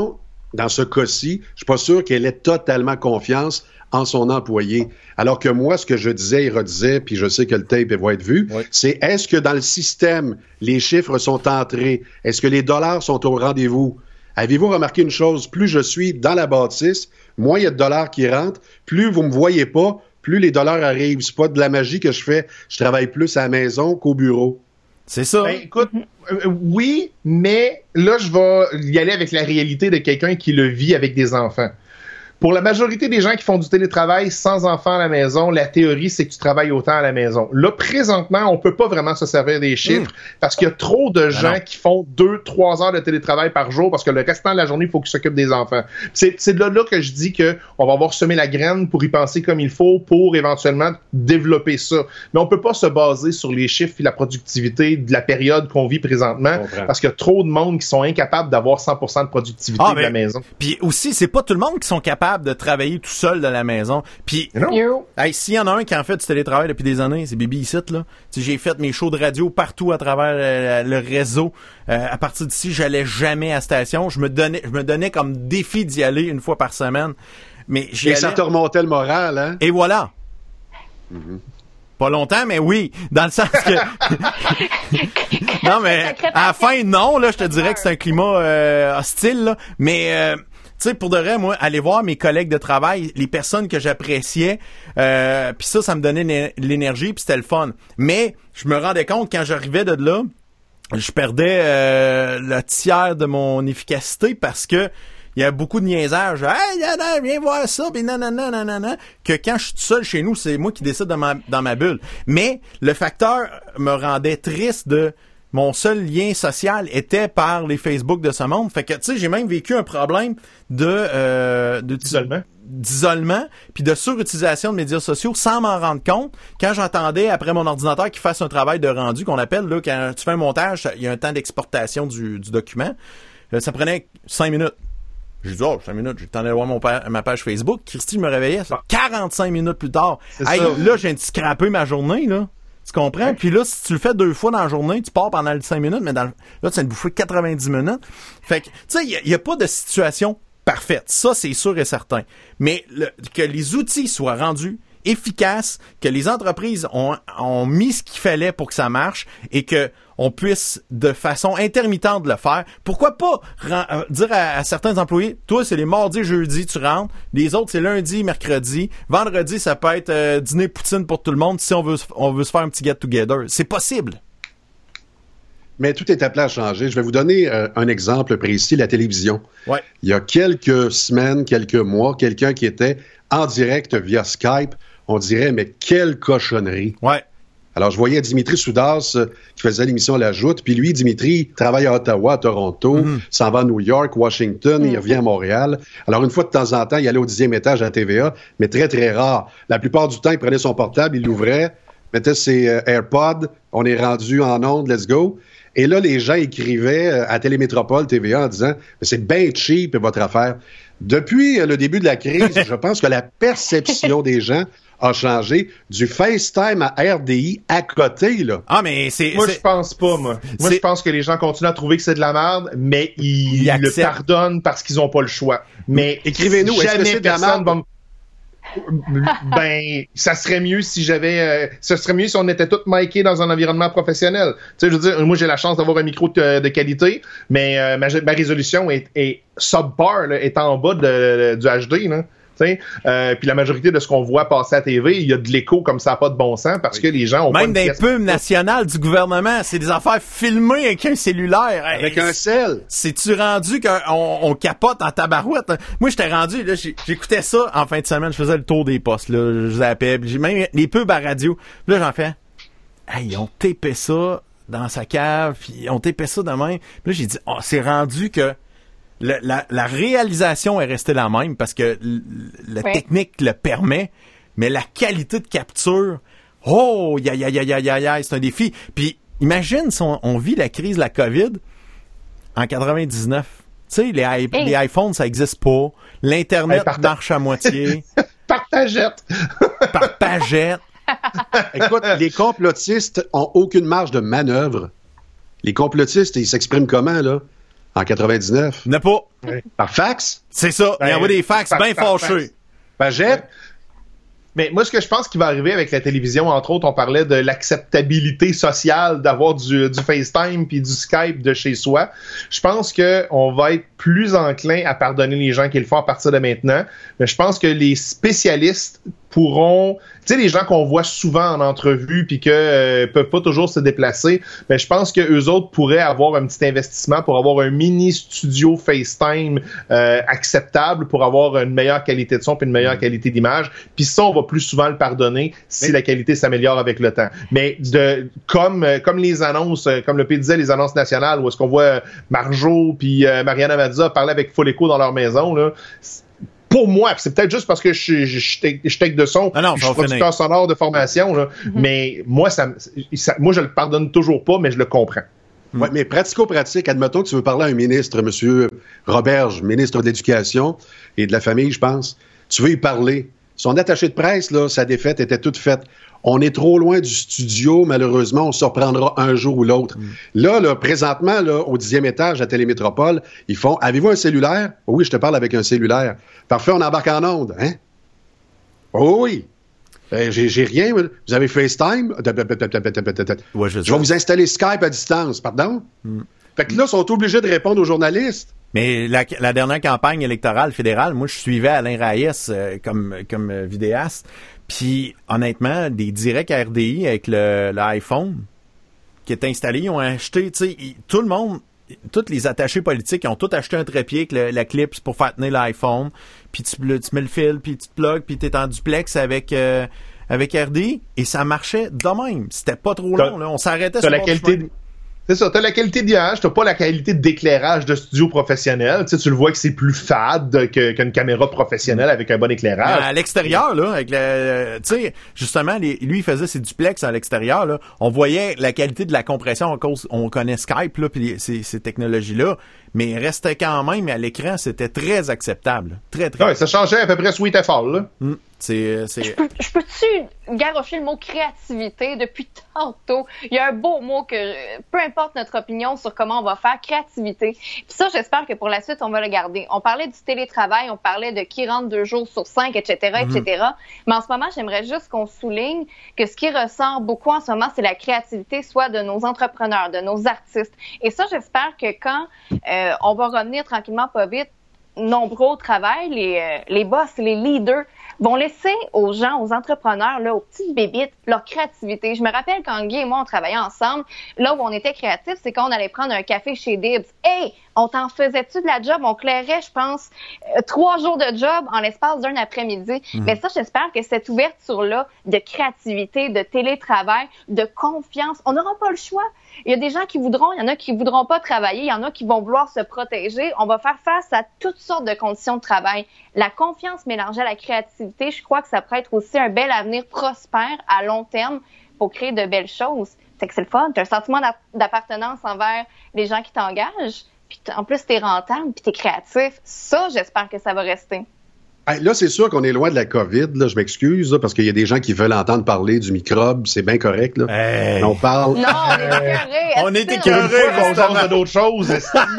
dans ce cas-ci, je suis pas sûr qu'elle ait totalement confiance en son employé. Alors que moi, ce que je disais et redisais, puis je sais que le tape va être vu, c'est est-ce que dans le système, les chiffres sont entrés? Est-ce que les dollars sont au rendez-vous? Avez-vous remarqué une chose? Plus je suis dans la bâtisse, moins il y a de dollars qui rentrent, plus vous me voyez pas, plus les dollars arrivent. C'est pas de la magie que je fais. Je travaille plus à la maison qu'au bureau. C'est ça. Ben, écoute, oui, mais là, je vais y aller avec la réalité de quelqu'un qui le vit avec des enfants. Pour la majorité des gens qui font du télétravail sans enfants à la maison, la théorie, c'est que tu travailles autant à la maison. Là, présentement, on peut pas vraiment se servir des chiffres parce qu'il y a trop de gens qui font 2-3 heures de télétravail par jour parce que le restant de la journée, il faut qu'ils s'occupent des enfants. C'est de là que je dis que on va avoir semé la graine pour y penser comme il faut pour éventuellement développer ça. Mais on peut pas se baser sur les chiffres et la productivité de la période qu'on vit présentement parce qu'il y a trop de monde qui sont incapables d'avoir 100% de productivité de la maison. Puis aussi, c'est pas tout le monde qui sont capables de travailler tout seul de la maison. Puis, hey, s'il y en a un qui en fait du télétravail depuis des années, c'est Bibi ici, là. T'sais, j'ai fait mes shows de radio partout à travers le réseau. À partir d'ici, j'allais jamais à la station. Je me donnais comme défi d'y aller une fois par semaine. Mais j'y allais. Ça te remontait le moral, hein? Et voilà. Pas longtemps, mais oui. Dans le sens que... non, mais à la fin, non, là, je te dirais que c'est un climat hostile, là. Mais... tu sais, pour de vrai, moi, aller voir mes collègues de travail, les personnes que j'appréciais, puis ça me donnait l'énergie, puis c'était le fun. Mais je me rendais compte, quand j'arrivais de là, je perdais le tiers de mon efficacité parce que il y a beaucoup de niaisage. « Hey, viens voir ça, puis nanana. » Que quand je suis tout seul chez nous, c'est moi qui décide dans ma bulle. Mais le facteur me rendait triste de... Mon seul lien social était par les Facebook de ce monde. Fait que, tu sais, j'ai même vécu un problème d'isolement puis de surutilisation de médias sociaux sans m'en rendre compte. Quand j'entendais après mon ordinateur qu'il fasse un travail de rendu qu'on appelle, là, quand tu fais un montage, il y a un temps d'exportation du document. Ça prenait 5 minutes. J'ai dit, 5 minutes, j'ai le temps d'aller voir ma page Facebook. Christy, je me réveillais, 45 minutes plus tard. Hey, là, j'ai scrappé ma journée, là. Tu comprends? Ouais. Puis là, si tu le fais 2 fois dans la journée, tu pars pendant les 5 minutes, mais là, tu vas te bouffer 90 minutes. Fait que, tu sais, il n'y a pas de situation parfaite. Ça, c'est sûr et certain. Mais que les outils soient rendus efficaces, que les entreprises ont mis ce qu'il fallait pour que ça marche et que on puisse de façon intermittente le faire. Pourquoi pas dire à certains employés, toi, c'est les mardis, jeudis, tu rentres. Les autres, c'est lundi, mercredi. Vendredi, ça peut être dîner poutine pour tout le monde si on veut se faire un petit get-together. C'est possible. Mais tout est appelé à changer. Je vais vous donner un exemple précis, la télévision. Ouais. Il y a quelques semaines, quelques mois, quelqu'un qui était en direct via Skype, on dirait, mais quelle cochonnerie. Ouais. Alors, je voyais Dimitri Soudas qui faisait l'émission La Joute, puis lui, Dimitri, travaille à Ottawa, à Toronto, s'en va à New York, Washington, il revient à Montréal. Alors, une fois de temps en temps, il allait au 10e étage à TVA, mais très, très rare. La plupart du temps, il prenait son portable, il l'ouvrait, mettait ses AirPods, on est rendu en onde, let's go. Et là, les gens écrivaient à Télémétropole, TVA, en disant « c'est bien cheap, votre affaire ». Depuis le début de la crise, je pense que la perception des gens a changé. Du FaceTime à RDI à côté, là. Ah, mais c'est... Moi, je pense pas, moi. Moi, je pense que les gens continuent à trouver que c'est de la merde, mais ils le pardonnent parce qu'ils ont pas le choix. Mais écrivez-nous, est-ce que c'est de la merde? Ben, ça serait mieux si ça serait mieux si on était tous micés dans un environnement professionnel. Tu sais, je veux dire, moi, j'ai la chance d'avoir un micro de qualité, mais ma résolution est subpar, là, est en bas du HD, là. Puis la majorité de ce qu'on voit passer à TV, il y a de l'écho comme ça n'a pas de bon sens parce que les gens ont même des pubs nationales du gouvernement, c'est des affaires filmées avec un cellulaire. Avec un cell. C'est-tu rendu qu'on capote en tabarouette? Moi, j'étais rendu, là, j'écoutais ça en fin de semaine, je faisais le tour des postes, là, je zappais, j'ai même les pubs à radio. Puis là, j'en fais, hey, ils ont tapé ça dans sa cave, puis ils ont tapé ça de même. Puis là, j'ai dit, c'est rendu que la réalisation est restée la même parce que la technique le permet, mais la qualité de capture, c'est un défi. Puis imagine si on vit la crise de la COVID en 99. Tu sais, les iPhones, ça n'existe pas. L'Internet marche à moitié. Par pagette. Par pagette. Écoute, les complotistes ont aucune marge de manœuvre. Les complotistes, ils s'expriment comment, là? en 99? N'a pas. Par fax? C'est ça. Il envoie des fax bien fâcheux. Pagette? Mais moi, ce que je pense qui va arriver avec la télévision, entre autres, on parlait de l'acceptabilité sociale d'avoir du FaceTime puis du Skype de chez soi. Je pense qu'on va être plus enclin à pardonner les gens qui le font à partir de maintenant. Mais je pense que les spécialistes pourront... Tu sais, les gens qu'on voit souvent en entrevue puis que peuvent pas toujours se déplacer, mais je pense que eux autres pourraient avoir un petit investissement pour avoir un mini studio FaceTime acceptable pour avoir une meilleure qualité de son puis une meilleure qualité d'image. Puis ça, on va plus souvent le pardonner si la qualité s'améliore avec le temps. Mais comme les annonces, comme le P disait, les annonces nationales, où est-ce qu'on voit Marjo puis Mariana Mazza parler avec full écho dans leur maison, là, pour moi, c'est peut-être juste parce que je tech de son, je suis producteur sonore de formation, là, mais moi, moi, je le pardonne toujours pas, mais je le comprends. Oui, mais pratico-pratique, admettons que tu veux parler à un ministre, M. Roberge, ministre de l'Éducation et de la Famille, je pense, tu veux y parler. Son attaché de presse, là, sa défaite était toute faite. On est trop loin du studio, malheureusement, on se reprendra un jour ou l'autre. Là, présentement, là, au 10e étage à Télémétropole, ils font « Avez-vous un cellulaire? » « Oui, je te parle avec un cellulaire. »« Parfait, on embarque en onde. » Hein? « Oh oui. J'ai rien. Vous avez FaceTime? » Ouais, je vais vous installer Skype à distance. Pardon? Fait que là, ils sont obligés de répondre aux journalistes. Mais la dernière campagne électorale fédérale, moi, je suivais Alain Raïs comme vidéaste. Puis, honnêtement, des directs à RDI avec l'iPhone qui est installé, ils ont acheté, tu sais, tout le monde, tous les attachés politiques, ils ont tous acheté un trépied avec la clip pour faire tenir l'iPhone. Puis tu mets le fil, puis tu te plugues, puis t'es en duplex avec RDI. Et ça marchait de même. C'était pas trop long, là. On s'arrêtait sur la qualité. C'est ça, t'as la qualité d'image, t'as pas la qualité d'éclairage de studio professionnel. Tu sais, tu le vois que c'est plus fade qu'une caméra professionnelle avec un bon éclairage. À l'extérieur, là, avec tu sais, justement, lui, il faisait ses duplex à l'extérieur, là. On voyait la qualité de la compression à cause, on connaît Skype, là, puis ces technologies-là. Mais il restait quand même, à l'écran, c'était très acceptable. Très, très. Ouais, ça changeait à peu près Sweet et Fall, là. Je peux-tu garrocher le mot créativité depuis tantôt? Il y a un beau mot que, peu importe notre opinion sur comment on va faire, créativité. Puis ça, j'espère que pour la suite, on va le garder. On parlait du télétravail, on parlait de qui rentre 2 jours sur 5, etc., etc. Mais en ce moment, j'aimerais juste qu'on souligne que ce qui ressort beaucoup en ce moment, c'est la créativité, soit de nos entrepreneurs, de nos artistes. Et ça, j'espère que quand on va revenir tranquillement, pas vite, nombreux au travail, les boss, les leaders, vont laisser aux gens, aux entrepreneurs, là, aux petites bébites, leur créativité. Je me rappelle quand Guy et moi, on travaillait ensemble, là où on était créatifs, c'est quand on allait prendre un café chez Dibs. Hey, on t'en faisait-tu de la job? On clairait, je pense, 3 jours de job en l'espace d'un après-midi. Mais ça, j'espère que cette ouverture-là de créativité, de télétravail, de confiance, on n'aura pas le choix. Il y a des gens qui voudront, il y en a qui voudront pas travailler, il y en a qui vont vouloir se protéger. On va faire face à toutes sortes de conditions de travail. La confiance mélangée à la créativité, je crois que ça pourrait être aussi un bel avenir prospère à long terme pour créer de belles choses. C'est que c'est le fun. Tu as un sentiment d'appartenance envers les gens qui t'engagent. Puis en plus, t'es rentable, puis t'es créatif. Ça, j'espère que ça va rester. Là, c'est sûr qu'on est loin de la COVID. Là, je m'excuse, là, parce qu'il y a des gens qui veulent entendre parler du microbe. C'est bien correct. Là. Hey. On parle... Non, on est écœurés. On est écœurés. On parle d'autres choses.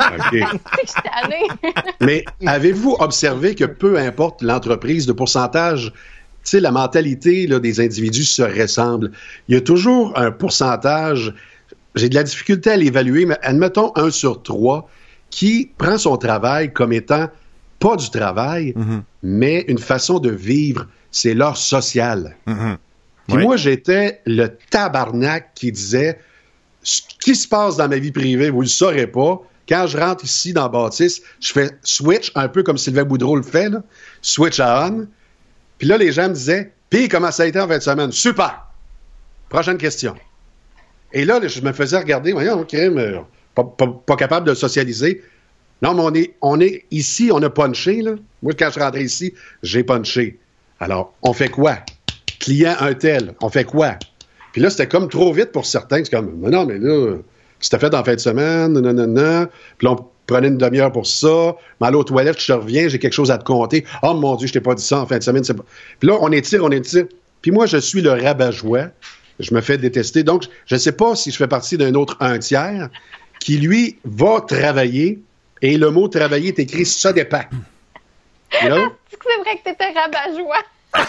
OK. Mais avez-vous observé que peu importe l'entreprise, le pourcentage, tu sais, la mentalité là, des individus se ressemble. Il y a toujours un pourcentage, j'ai de la difficulté à l'évaluer, mais admettons 1 sur 3, qui prend son travail comme étant pas du travail, mais une façon de vivre. C'est l'heure sociale. Puis moi, j'étais le tabarnak qui disait « Ce qui se passe dans ma vie privée, vous ne le saurez pas. Quand je rentre ici dans Bâtisse, je fais switch, un peu comme Sylvain Boudreau le fait, là, switch à on. Puis là, les gens me disaient « Puis comment ça a été en fin de semaine? Super! Prochaine question. » Et là, je me faisais regarder, voyons, crime, pas capable de socialiser. Non, mais on est ici, on a punché, là. Moi, quand je suis rentré ici, j'ai punché. Alors, on fait quoi? Client un tel, on fait quoi? Puis là, c'était comme trop vite pour certains. C'est comme, non, mais là, c'était fait en fin de semaine, non. Puis là, on prenait une demi-heure pour ça. Mais aller aux toilettes, je reviens, j'ai quelque chose à te compter. Oh mon Dieu, je t'ai pas dit ça en fin de semaine. C'est pas... Puis là, on étire. Puis moi, je suis le rabat-joie. Je me fais détester. Donc, je ne sais pas si je fais partie d'un autre 1 tiers qui, lui, va travailler et le mot travailler est écrit ça dépend. You know? C'est vrai que t'étais rabat-joie.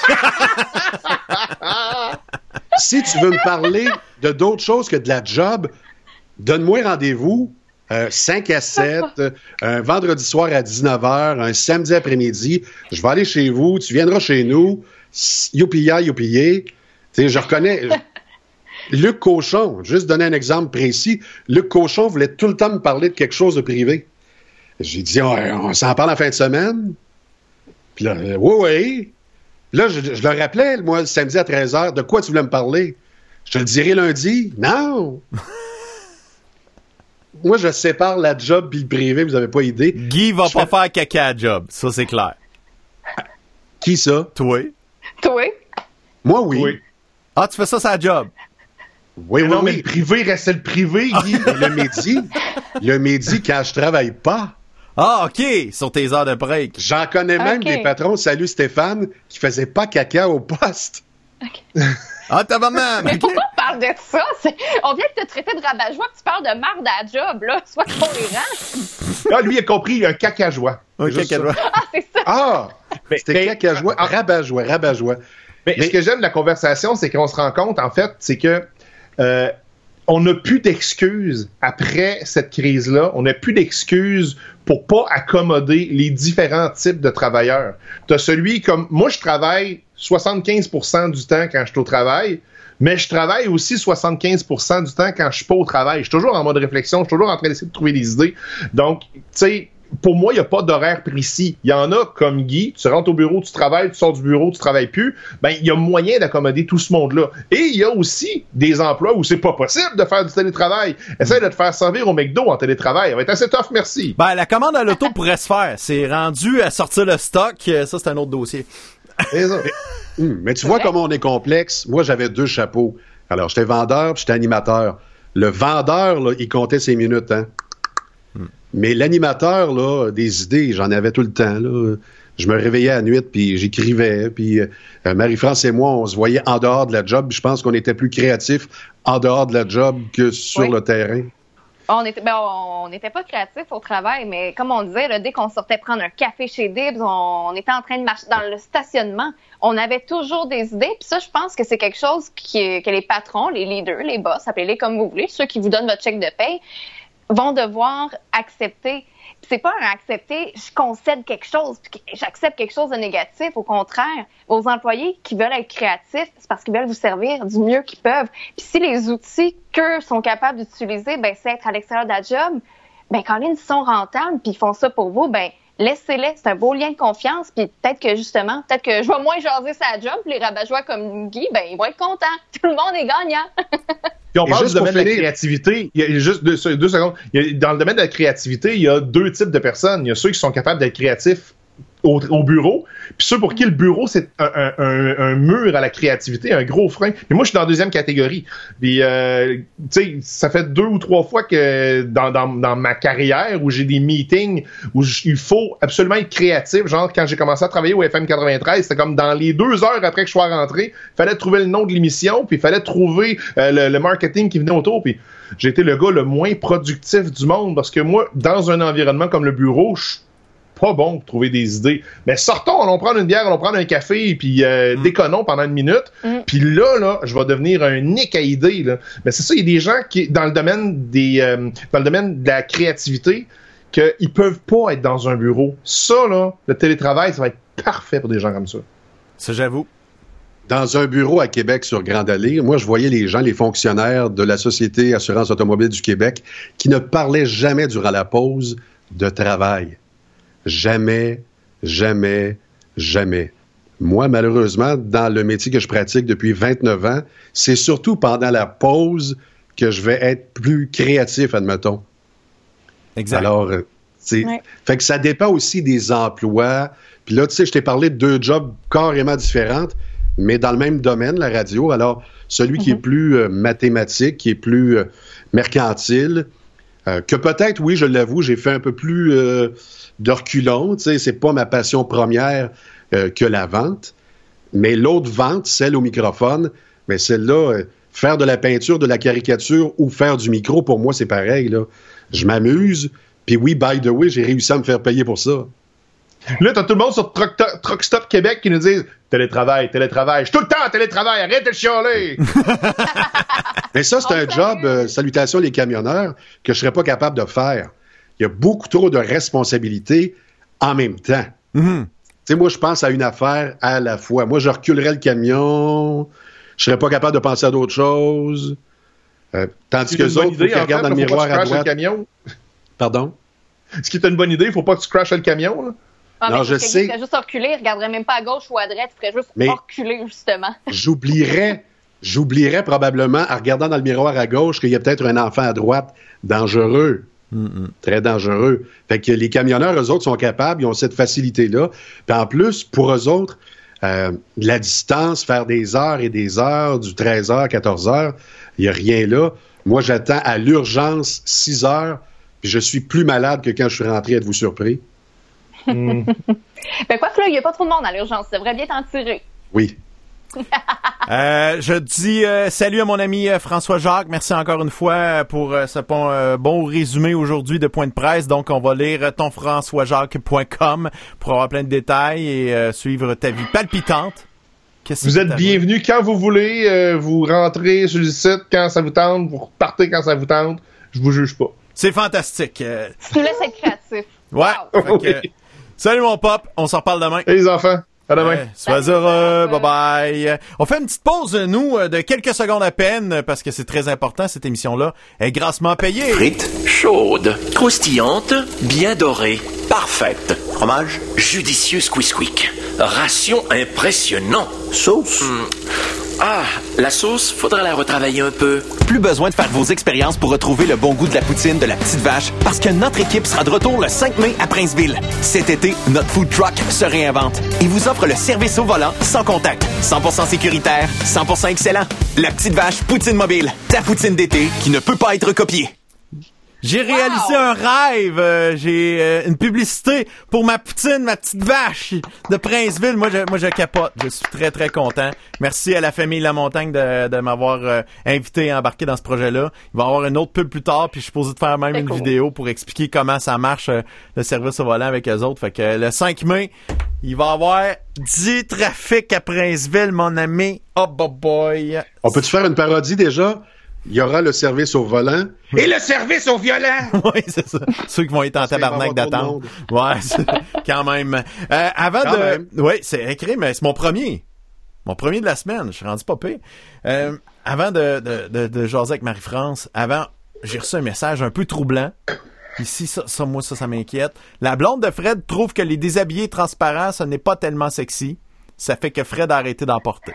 Si tu veux me parler de d'autres choses que de la job, donne-moi rendez-vous 5 à 7, un vendredi soir à 19h, un samedi après-midi. Je vais aller chez vous, tu viendras chez nous. Youpi-ya, youpi-yé. Tu sais, je reconnais... Luc Cochon, juste donner un exemple précis, Luc Cochon voulait tout le temps me parler de quelque chose de privé. J'ai dit, on s'en parle en fin de semaine. Puis là, oui. Là, je le rappelais, moi, le samedi à 13h, de quoi tu voulais me parler? Je te le dirai lundi? Non! Moi, je sépare la job puis le privé, vous n'avez pas idée. Guy va pas faire caca à job, ça c'est clair. Qui ça? Toi? Toi? Moi, oui. Ah, tu fais ça, c'est la job? Oui, non, mais le privé restait le privé, Guy. Le midi, quand je travaille pas. Ah, OK, sur tes heures de break. J'en connais même des patrons, salut Stéphane, qui faisaient pas caca au poste. Okay. Ah, tabarnak! Mais pourquoi on parle de ça? On vient de te traiter de rabat-joie que tu parles de marde à la job, là. Sois cohérent. Ah, lui, il a compris, il y a un caca-joie. Un caca-joie. Ah, c'est ça. Ah! C'était caca-joie, rabat-joie. Mais ce que j'aime de la conversation, c'est qu'on se rend compte, en fait, c'est que on n'a plus d'excuses après cette crise-là. On n'a plus d'excuses pour pas accommoder les différents types de travailleurs. T'as celui comme... Moi, je travaille 75% du temps quand je suis au travail, mais je travaille aussi 75% du temps quand je suis pas au travail. Je suis toujours en mode réflexion, je suis toujours en train d'essayer de trouver des idées. Donc, tu sais... Pour moi, il n'y a pas d'horaire précis. Il y en a comme Guy, tu rentres au bureau, tu travailles, tu sors du bureau, tu travailles plus. Ben, il y a moyen d'accommoder tout ce monde-là. Et il y a aussi des emplois où c'est pas possible de faire du télétravail. Essaye de te faire servir au McDo en télétravail. Ça va être assez tough, merci. Ben, la commande à l'auto pourrait se faire. C'est rendu à sortir le stock. Ça, c'est un autre dossier. C'est ça. Mais tu vois comment on est complexe. Moi, j'avais 2 chapeaux. Alors, j'étais vendeur puis j'étais animateur. Le vendeur, là, il comptait ses minutes, hein. Mais l'animateur, là, des idées, j'en avais tout le temps, là. Je me réveillais à la nuit, puis j'écrivais, puis Marie-France et moi, on se voyait en dehors de la job. Je pense qu'on était plus créatifs en dehors de la job que sur le terrain. On n'était pas créatifs au travail, mais comme on disait, là, dès qu'on sortait prendre un café chez Dibs, on était en train de marcher dans le stationnement. On avait toujours des idées. Puis ça, je pense que c'est quelque chose que les patrons, les leaders, les boss, appelez-les comme vous voulez, ceux qui vous donnent votre chèque de paye, vont devoir accepter. Puis c'est pas un accepter, je concède quelque chose, puis j'accepte quelque chose de négatif. Au contraire, vos employés qui veulent être créatifs, c'est parce qu'ils veulent vous servir du mieux qu'ils peuvent. Puis si les outils qu'eux sont capables d'utiliser, ben c'est être à l'extérieur de la job, ben quand ils sont rentables, puis ils font ça pour vous, ben laissez-les. C'est un beau lien de confiance. Puis peut-être que je vais moins jaser sa job, puis les rabat-joie comme Guy, ben ils vont être contents. Tout le monde est gagnant. Puis on parle du domaine de la créativité. Il y a juste 2 secondes. Dans le domaine de la créativité, il y a 2 types de personnes. Il y a ceux qui sont capables d'être créatifs au bureau, puis ceux pour qui le bureau, c'est un mur à la créativité, un gros frein. Mais moi, je suis dans la deuxième catégorie. Puis, tu sais, ça fait 2 ou 3 fois que dans ma carrière où j'ai des meetings où il faut absolument être créatif. Genre, quand j'ai commencé à travailler au FM 93, c'était comme dans les 2 heures après que je sois rentré, il fallait trouver le nom de l'émission, puis il fallait trouver le marketing qui venait autour, puis j'ai été le gars le moins productif du monde parce que moi, dans un environnement comme le bureau, je pas bon pour trouver des idées. Mais sortons, allons prendre une bière, allons prendre un café, puis déconnons pendant 1 minute. Puis là, je vais devenir un nick à idées. Là. Mais c'est ça, il y a des gens qui, dans le domaine de la créativité, qu'ils peuvent pas être dans un bureau. Ça, là, le télétravail, ça va être parfait pour des gens comme ça. Ça, j'avoue. Dans un bureau à Québec sur Grande Allée, moi, je voyais les gens, les fonctionnaires de la Société Assurance Automobile du Québec qui ne parlaient jamais durant la pause de travail. Jamais, jamais, jamais. Moi, malheureusement, dans le métier que je pratique depuis 29 ans, c'est surtout pendant la pause que je vais être plus créatif, admettons. Exact. Alors, fait que ça dépend aussi des emplois. Puis là, tu sais, je t'ai parlé de 2 jobs carrément différentes, mais dans le même domaine, la radio. Alors, celui qui est plus mathématique, qui est plus mercantile, que peut-être, oui, je l'avoue, j'ai fait un peu plus de reculons, tu sais, c'est pas ma passion première que la vente, mais l'autre vente, celle au microphone, mais celle-là, faire de la peinture, de la caricature ou faire du micro, pour moi, c'est pareil, là. Je m'amuse, Puis oui, by the way, j'ai réussi à me faire payer pour ça. Là, t'as tout le monde sur Truck Stop Québec qui nous disent télétravail. Je suis tout le temps en télétravail, arrête de chialer! Mais ça, c'est un job, salutations les camionneurs, que je serais pas capable de faire. Il y a beaucoup trop de responsabilités en même temps. Mm-hmm. Tu sais, moi, je pense à une affaire à la fois. Moi, je reculerais le camion, je serais pas capable de penser à d'autres choses. Tandis que les autres, faut qu'ils regardent dans le miroir à droite. Pardon? Est-ce qui est une bonne idée? Il faut pas que tu crashes le camion, là? Ah, non, je sais. Tu ferais juste reculer, il regarderait même pas à gauche ou à droite, tu ferais juste reculer, justement. J'oublierais probablement, en regardant dans le miroir à gauche, qu'il y a peut-être un enfant à droite dangereux. Très dangereux. Fait que les camionneurs, eux autres, sont capables, ils ont cette facilité-là. Puis en plus, pour eux autres, la distance, faire des heures et des heures, du 13h, 14h, il n'y a rien là. Moi, j'attends à l'urgence 6 heures, puis je suis plus malade que quand je suis rentré, êtes-vous surpris? Ben quoi que là, il n'y a pas trop de monde à l'urgence. Tu devrais bien t'en tirer. Oui. Je dis salut à mon ami François Jacques. Merci encore une fois pour ce bon résumé aujourd'hui de Point de presse. Donc, on va lire tonfrançoisjacques.com pour avoir plein de détails et suivre ta vie palpitante. Vous êtes bienvenus quand vous voulez. Vous rentrez sur le site quand ça vous tente. Vous repartez quand ça vous tente. Je vous juge pas. C'est fantastique. Tu nous laisses être créatif. Ouais. Wow. Salut mon pop. On s'en reparle demain. Et les enfants. À demain. Sois heureux. Bye-bye. On fait une petite pause, nous, de quelques secondes à peine, parce que c'est très important, cette émission-là est grassement payée. Frites chaudes, croustillantes, bien dorées, parfaites. Fromage judicieux squeak. Ration impressionnant. Sauce Ah, la sauce, faudra la retravailler un peu. Plus besoin de faire vos expériences pour retrouver le bon goût de la poutine de la Petite Vache, parce que notre équipe sera de retour le 5 mai à Princeville. Cet été, notre food truck se réinvente et vous offre le service au volant sans contact. 100% sécuritaire, 100% excellent. La Petite Vache Poutine Mobile, ta poutine d'été qui ne peut pas être copiée. J'ai réalisé un rêve. J'ai une publicité pour ma poutine, ma petite vache de Princeville. Moi, je capote. Je suis très, très content. Merci à la famille La Montagne de m'avoir invité à embarquer dans ce projet-là. Il va y avoir une autre pub plus tard, puis je suis supposé de faire même une vidéo pour expliquer comment ça marche, le service au volant avec eux autres. Fait que le 5 mai, il va y avoir du trafic à Princeville, mon ami. Oh, boy. On peut-tu faire une parodie déjà? Il y aura le service au volant. Et le service au violent! Oui, c'est ça. Ceux qui vont être en tabarnak d'attendre. Ouais, quand même. Oui, c'est écrit, mais c'est mon premier. Mon premier de la semaine. Je suis rendu pas pire. Avant de jaser avec Marie-France, j'ai reçu un message un peu troublant. Ici, ça m'inquiète. La blonde de Fred trouve que les déshabillés transparents, ce n'est pas tellement sexy. Ça fait que Fred a arrêté d'en porter.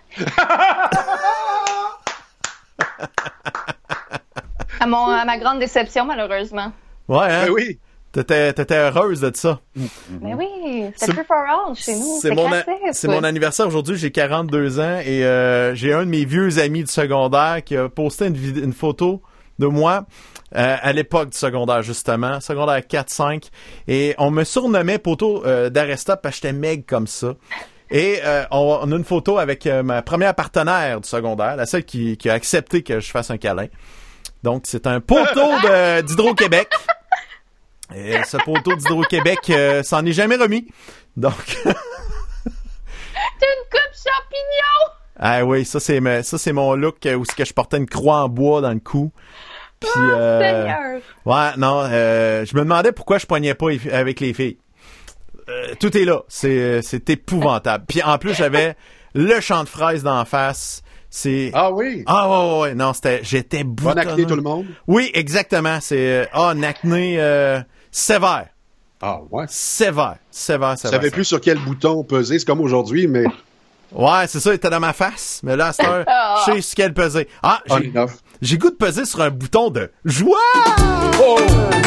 À ma grande déception, malheureusement. Ouais, hein? Ben oui. T'étais heureuse de ça. Mais oui, c'est free for all chez nous. C'est mon anniversaire aujourd'hui, j'ai 42 ans et j'ai un de mes vieux amis du secondaire qui a posté une photo de moi à l'époque du secondaire, justement, secondaire 4-5. Et on me surnommait poteau d'Arrestop parce que j'étais maigre comme ça. Et on a une photo avec ma première partenaire du secondaire, la seule qui a accepté que je fasse un câlin. Donc, c'est un poteau d'Hydro-Québec. Et ce poteau d'Hydro-Québec s'en est jamais remis. Donc... T'as une coupe champignon! Ah oui, ça c'est mon look où c'est que je portais une croix en bois dans le cou. Puis, Seigneur! Ouais, non, je me demandais pourquoi je poignais pas avec les filles. Tout est là. C'est épouvantable. Puis en plus, j'avais le champ de fraises d'en face. Ah oui? Ah ouais. Non, j'étais boutonneux. Bon acné tout le monde? Oui, exactement. C'est un acné sévère. Ah ouais? Sévère. Je savais plus sur quel bouton peser. C'est comme aujourd'hui, mais... Ouais, c'est ça. Il était dans ma face. Mais là, à cette heure, je sais sur quel peser. Ah, j'ai goût de peser sur un bouton de joie! Oh!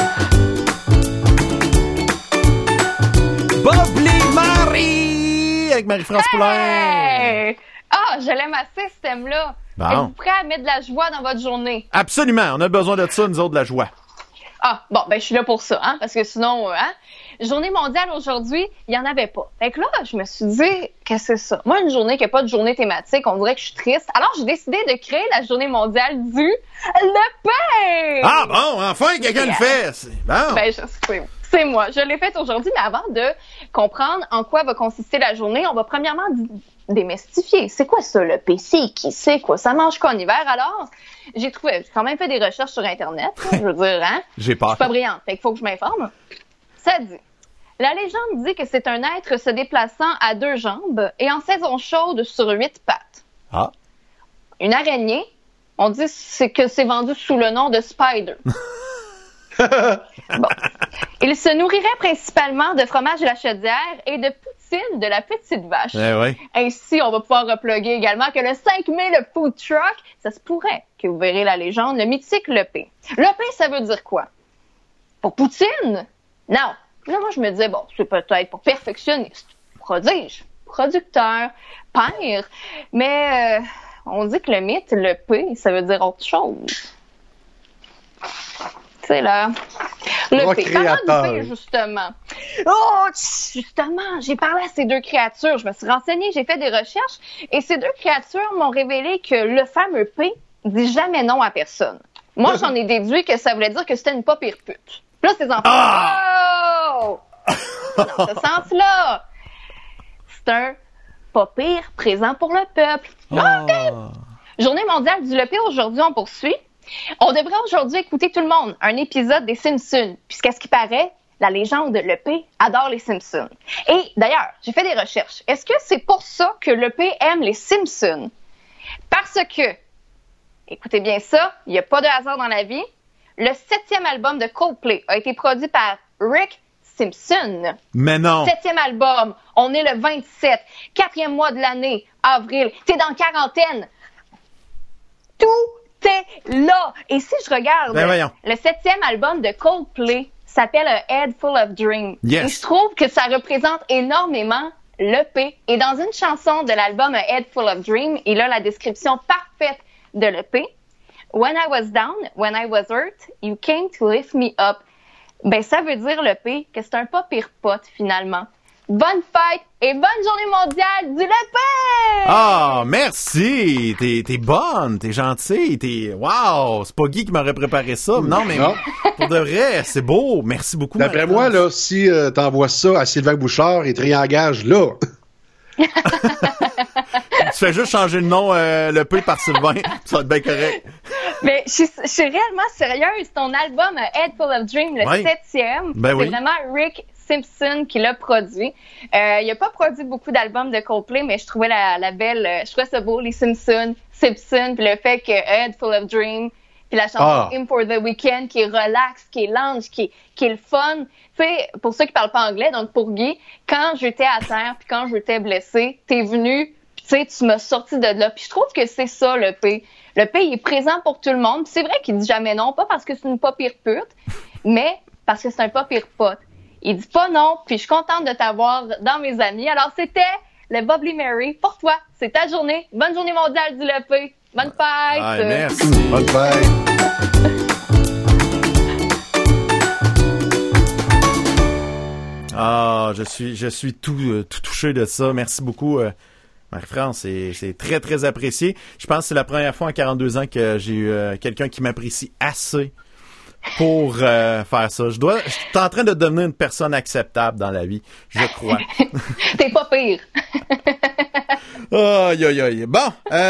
Bubbly Marie avec Marie-France Poulain. Hey! Ah, je l'aime assez, ce thème-là. Bon. Êtes-vous prêts à mettre de la joie dans votre journée? Absolument. On a besoin de ça, nous autres, de la joie. Ah, bon, ben je suis là pour ça, hein, parce que sinon, journée mondiale aujourd'hui, il n'y en avait pas. Fait que là, je me suis dit, qu'est-ce que c'est ça? Moi, une journée qui n'a pas de journée thématique, on dirait que je suis triste. Alors, j'ai décidé de créer la journée mondiale du lepin! Ah bon, enfin, quelqu'un le fait! Bon. Ben, c'est moi. Je l'ai fait aujourd'hui, mais avant de comprendre en quoi va consister la journée, on va premièrement démystifier. C'est quoi ça, le PC? Qui sait quoi? Ça mange quoi en hiver? Alors, j'ai quand même fait des recherches sur Internet. Je veux dire, hein? J'ai peur. Je suis pas brillante, fait qu'il faut que je m'informe. Ça dit, la légende dit que c'est un être se déplaçant à 2 jambes et en saison chaude sur 8 pattes. Ah. Une araignée, on dit que c'est vendu sous le nom de Spider. Bon. Il se nourrirait principalement de fromage de la chaudière et de poutine de la petite vache. Ouais. Ainsi, on va pouvoir reploguer également que le 5 mai, le food truck, ça se pourrait que vous verrez la légende, le mythique lepé. Lepé, ça veut dire quoi? Pour poutine? Non. Là, moi, je me disais, bon, c'est peut-être pour perfectionniste, prodige, producteur, père, mais on dit que le mythe, lepé, ça veut dire autre chose. C'est là. Le P. Parlant du P, justement. Oh, justement, j'ai parlé à ces 2 créatures. Je me suis renseignée, j'ai fait des recherches. Et ces 2 créatures m'ont révélé que le fameux P dit jamais non à personne. Moi, j'en ai déduit que ça voulait dire que c'était une pas pire pute. Là, ces enfants. Oh! Dans ce sens-là. C'est un pas pire présent pour le peuple. Okay. Journée mondiale du lepé, aujourd'hui, on poursuit. On devrait aujourd'hui écouter tout le monde un épisode des Simpsons, puisqu'à ce qui paraît, la légende Lepé adore les Simpsons. Et d'ailleurs, j'ai fait des recherches. Est-ce que c'est pour ça que Lepé aime les Simpsons? Parce que, écoutez bien ça, il n'y a pas de hasard dans la vie, le 7e album de Coldplay a été produit par Rick Simpson. Mais non! 7e album, on est le 27, 4e mois de l'année, avril, t'es dans quarantaine. Tout est là. Et si je regarde, le 7e album de Coldplay s'appelle A Head Full of Dreams. Yes. Et je trouve que ça représente énormément l'EP. Et dans une chanson de l'album A Head Full of Dreams, il a la description parfaite de l'EP. When I was down, when I was hurt, you came to lift me up. Ben, ça veut dire l'EP que c'est un pas pire pote, finalement. Bonne fête et bonne journée mondiale du lepin! Ah, merci! T'es bonne, t'es gentille, Wow! C'est pas Guy qui m'aurait préparé ça. Non, mais pour de vrai, c'est beau. Merci beaucoup. D'après moi, là, si t'envoies ça à Sylvain Bouchard, il te réengage là. Tu fais juste changer le nom lepé par Sylvain, ça va être bien correct. Mais je suis réellement sérieuse. Ton album Head Full of Dreams, le 7e, c'est vraiment Rick Simpson qui l'a produit. Il a pas produit beaucoup d'albums de Coldplay, mais je trouvais la belle, je trouvais ça beau, les Simpson, puis le fait que Head Full of Dreams, puis la chanson Him for the Weekend qui est relax, qui est lounge, qui est le fun. Tu sais, pour ceux qui parlent pas anglais, donc pour Guy, quand j'étais à terre puis quand j'étais blessée, t'es venu, tu sais, tu m'as sorti de là. Puis je trouve que c'est ça le P. Le P, il est présent pour tout le monde. Puis c'est vrai qu'il dit jamais non, pas parce que c'est une pas pire pute, mais parce que c'est un pas pire pote. Il dit pas non, puis je suis contente de t'avoir dans mes amis. Alors c'était le Bubbly Mary pour toi. C'est ta journée. Bonne journée mondiale du lepé. Bonne fête. Ah, merci. Bonne fête. Ah, je suis tout touché de ça. Merci beaucoup, Marie-France. C'est très, très apprécié. Je pense que c'est la première fois en 42 ans que j'ai eu quelqu'un qui m'apprécie assez pour faire ça. Je suis en train de devenir une personne acceptable dans la vie, je crois. T'es pas pire. Aïe, aïe, aïe. Bon.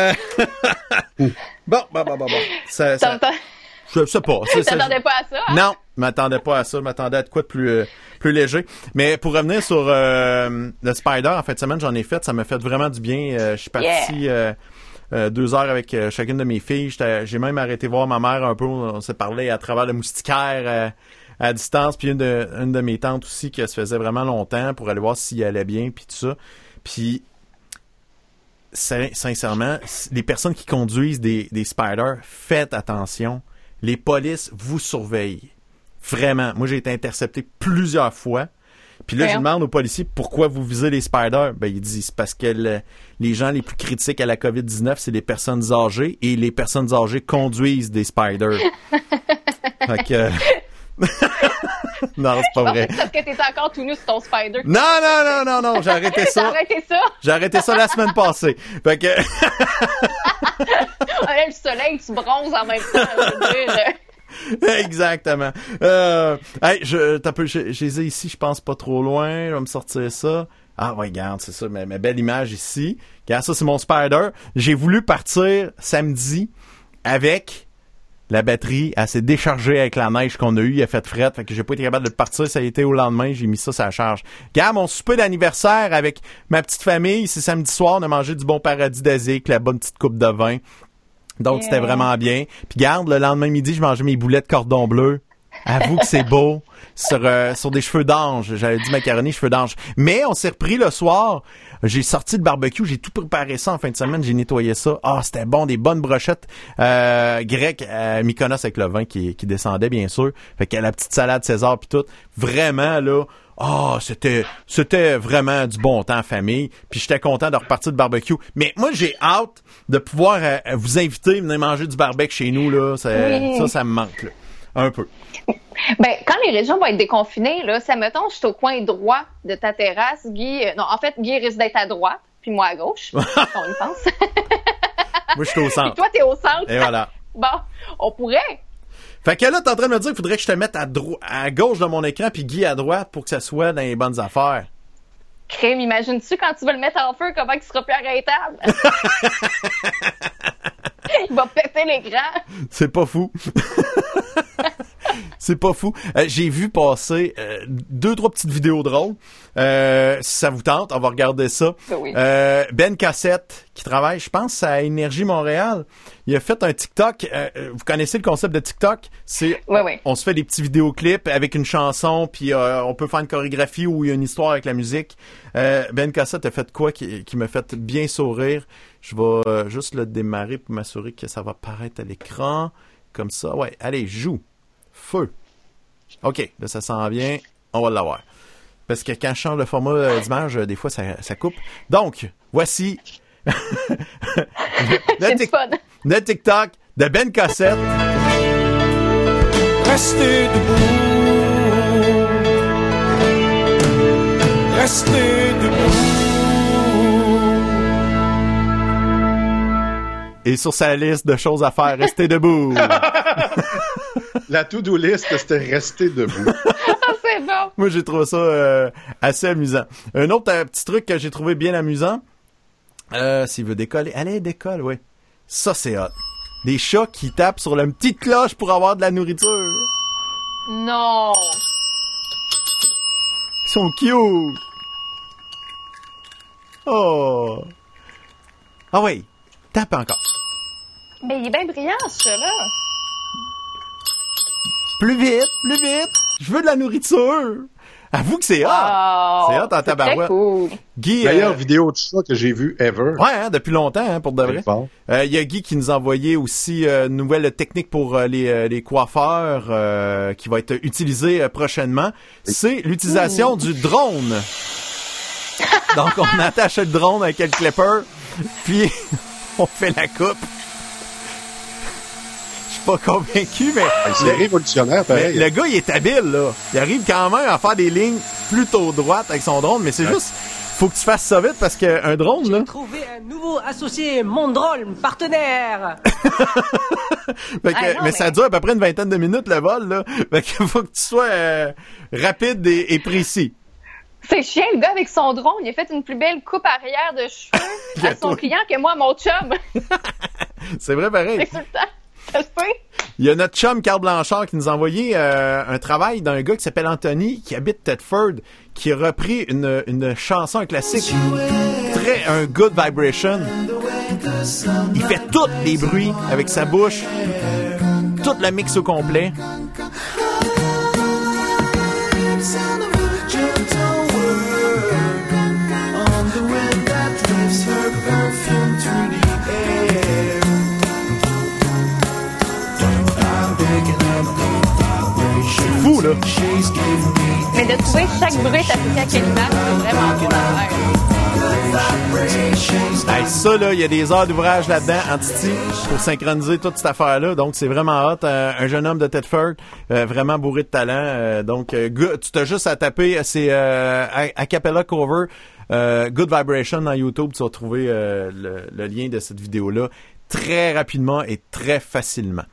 Bon. Ça, je sais pas. T'attendais pas à ça? Hein? Non, je m'attendais pas à ça. Je m'attendais à de quoi de plus léger. Mais pour revenir sur le Spider, en fin de semaine, j'en ai fait. Ça m'a fait vraiment du bien. Je suis parti 2 heures avec chacune de mes filles. J'ai même arrêté voir ma mère un peu. On s'est parlé à travers le moustiquaire à distance. Puis une de mes tantes aussi qui se faisait vraiment longtemps pour aller voir s'il allait bien. Puis tout ça. Puis sincèrement, les personnes qui conduisent des Spiders, faites attention. Les polices vous surveillent. Vraiment. Moi, j'ai été intercepté plusieurs fois. Puis là, je demande aux policiers pourquoi vous visez les Spiders. Ben, ils disent c'est parce que les gens les plus critiques à la COVID-19, c'est les personnes âgées et les personnes âgées conduisent des Spiders. Fait que Non, c'est pas vrai. Je pensais que parce que t'étais encore tout nu sur ton spider. Non, j'ai arrêté ça. T'as arrêté ça? J'ai arrêté ça la semaine passée. Fait que... Ouais, le soleil, tu bronzes en même temps, je veux dire. Exactement. Hey, je les ai ici, je pense pas trop loin. Je vais me sortir ça. Ah ouais, regarde, c'est ça, ma belle image ici. Regarde, ça, c'est mon Spider. J'ai voulu partir samedi avec la batterie. Elle s'est déchargée avec la neige qu'on a eue. Il a fait fret. Fait que j'ai pas été capable de partir. Ça a été au lendemain. J'ai mis ça sur la charge. Regarde, mon souper d'anniversaire avec ma petite famille. C'est samedi soir. On a mangé du bon paradis d'Asie, la bonne petite coupe de vin. Donc, c'était vraiment bien. Puis garde, le lendemain midi, je mangeais mes boulets de cordon bleu. Avoue que c'est beau. Sur des cheveux d'ange. J'avais dit macaroni, cheveux d'ange. Mais on s'est repris le soir. J'ai sorti le barbecue. J'ai tout préparé ça en fin de semaine. J'ai nettoyé ça. Ah, c'était bon. Des bonnes brochettes grecques à Mykonos avec le vin qui descendait, bien sûr. Fait que la petite salade César puis tout. Vraiment, là... Ah, c'était vraiment du bon temps en famille. Puis j'étais content de repartir de barbecue. Mais moi, j'ai hâte de pouvoir vous inviter, venir manger du barbecue chez nous, là. Ça me manque, là. Un peu. Ben, quand les régions vont être déconfinées, là, ça mettons, je suis au coin droit de ta terrasse, Guy. Non, en fait, Guy risque d'être à droite, puis moi à gauche. On y pense. Moi, je suis au centre. Puis toi, t'es au centre. Et voilà. Bon, on pourrait. Fait que là, t'es en train de me dire qu'il faudrait que je te mette à gauche de mon écran puis Guy à droite pour que ça soit dans les bonnes affaires. Crème, imagines-tu quand tu vas le mettre en feu, comment il sera plus arrêtable? Il va péter l'écran. C'est pas fou. C'est pas fou. J'ai vu passer 2-3 petites vidéos drôles. Si ça vous tente, on va regarder ça. Oui. Ben Cassette, qui travaille, je pense, à Énergie Montréal, il a fait un TikTok. Vous connaissez le concept de TikTok? C'est oui. On se fait des petits vidéoclips avec une chanson, puis on peut faire une chorégraphie où il y a une histoire avec la musique. Ben Cassette a fait quoi qui m'a fait bien sourire? Je vais juste le démarrer pour m'assurer que ça va apparaître à l'écran. Comme ça. Ouais, allez, joue. Feu. OK, là, ça s'en vient. On va l'avoir. Parce que quand je change le format d'image, des fois, ça coupe. Donc, voici le TikTok de Ben Cassette. Restez debout. Restez debout. Et sur sa liste de choses à faire, restez debout. La to-do list, c'était rester debout. C'est bon. Moi, j'ai trouvé ça assez amusant. Un autre petit truc que j'ai trouvé bien amusant, s'il veut décoller, allez, décolle, oui. Ça, c'est hot. Des chats qui tapent sur la petite cloche pour avoir de la nourriture. Non. Ils sont cute. Oh. Ah oui, tape encore. Mais il est bien brillant, ce chat-là. Plus vite, plus vite. Je veux de la nourriture. Avoue que c'est hot. Wow, C'est hot en tabarouette. Très cool. Guy, Meilleure vidéo de chat que j'ai vue ever. Ouais, hein, depuis longtemps, hein, pour de vrai. Il y a Guy qui nous a envoyé aussi une nouvelle technique pour les coiffeurs qui va être utilisée prochainement. C'est l'utilisation du drone. Donc, on attache le drone avec le clipper, puis on fait la coupe. Pas convaincu, mais... C'est révolutionnaire, pareil. Le gars, il est habile, là. Il arrive quand même à faire des lignes plutôt droites avec son drone, mais c'est juste... Faut que tu fasses ça vite, parce qu'un drone, là... J'ai trouvé un nouveau associé, mon drone, partenaire! mais ça dure à peu près une vingtaine de minutes, le vol, là. Fait qu'il faut que tu sois rapide et précis. C'est chiant, le gars, avec son drone. Il a fait une plus belle coupe arrière de cheveux à son client que moi, mon chum. C'est vrai, pareil. C'est tout le temps. Ça se peut. Il y a notre chum Carl Blanchard qui nous a envoyé un travail d'un gars qui s'appelle Anthony, qui habite Thetford, qui a repris une chanson, un classique, un good vibration. Il fait tous les bruits avec sa bouche, tout le mix au complet. Fou, là. Mais de trouver chaque bruit associé à quelle image, c'est vraiment drôle à faire. Hey, ça, là, il y a des heures d'ouvrage là-dedans, en Titi, pour synchroniser toute cette affaire-là. Donc, c'est vraiment hot. Un jeune homme de Thetford, vraiment bourré de talent. Donc, tu t'as juste à taper, c'est a cappella cover, Good Vibration dans YouTube. Tu vas trouver le lien de cette vidéo-là très rapidement et très facilement.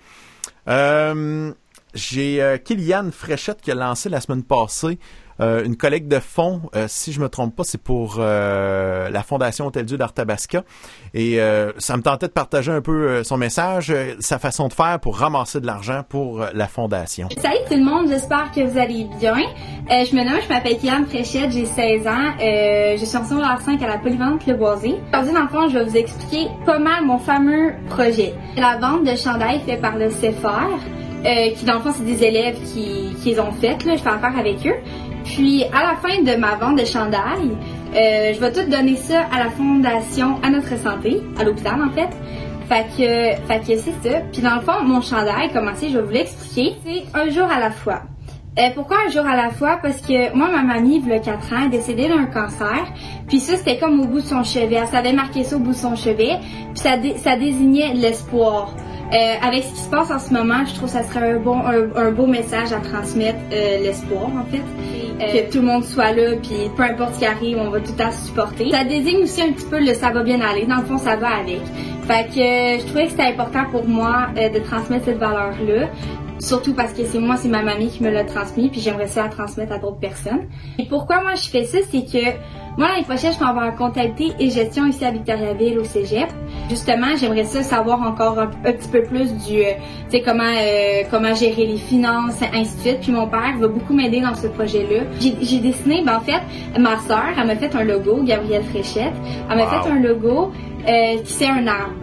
J'ai Kylian Fréchette qui a lancé la semaine passée une collecte de fonds, si je me trompe pas, c'est pour la Fondation Hôtel-Dieu d'Arthabasca. Et ça me tentait de partager un peu son message, sa façon de faire pour ramasser de l'argent pour la Fondation. Salut tout le monde, j'espère que vous allez bien. Je m'appelle Kylian Fréchette, j'ai 16 ans. Je suis en secondaire 5 à la Polyvalente Le Boisé. Aujourd'hui, dans le fond, je vais vous expliquer pas mal mon fameux projet. La vente de chandail faite par le CFR, qui dans le fond, c'est des élèves qui les ont faites. Là, je fais affaire avec eux. Puis, à la fin de ma vente de chandail, je vais tout donner ça à la Fondation À Notre Santé, à l'hôpital en fait. Fait que c'est ça. Puis dans le fond, mon chandail, comment c'est, je vais vous l'expliquer. C'est un jour à la fois. Pourquoi un jour à la fois? Parce que moi, ma mamie, il y a 4 ans, est décédée d'un cancer. Puis ça, c'était comme au bout de son chevet. Elle savait marquer ça au bout de son chevet. Puis ça désignait l'espoir. Avec ce qui se passe en ce moment, je trouve que ça serait un beau message à transmettre, l'espoir en fait. Que tout le monde soit là, puis peu importe ce qui arrive, on va tout le temps se supporter. Ça désigne aussi un petit peu le ça va bien aller. Dans le fond, ça va avec. Fait que je trouvais que c'était important pour moi de transmettre cette valeur-là. Surtout parce que c'est ma mamie qui me l'a transmis, puis j'aimerais ça la transmettre à d'autres personnes. Et pourquoi moi je fais ça, c'est que moi l'année prochaine, je vais avoir en comptabilité et gestion ici à Victoriaville au Cégep. Justement, j'aimerais ça savoir encore un petit peu plus du, tu sais, comment gérer les finances, ainsi de suite. Puis mon père va beaucoup m'aider dans ce projet-là. J'ai dessiné, en fait, ma sœur, elle m'a fait un logo, Gabrielle Fréchette. Elle m'a fait un logo qui c'est un arbre.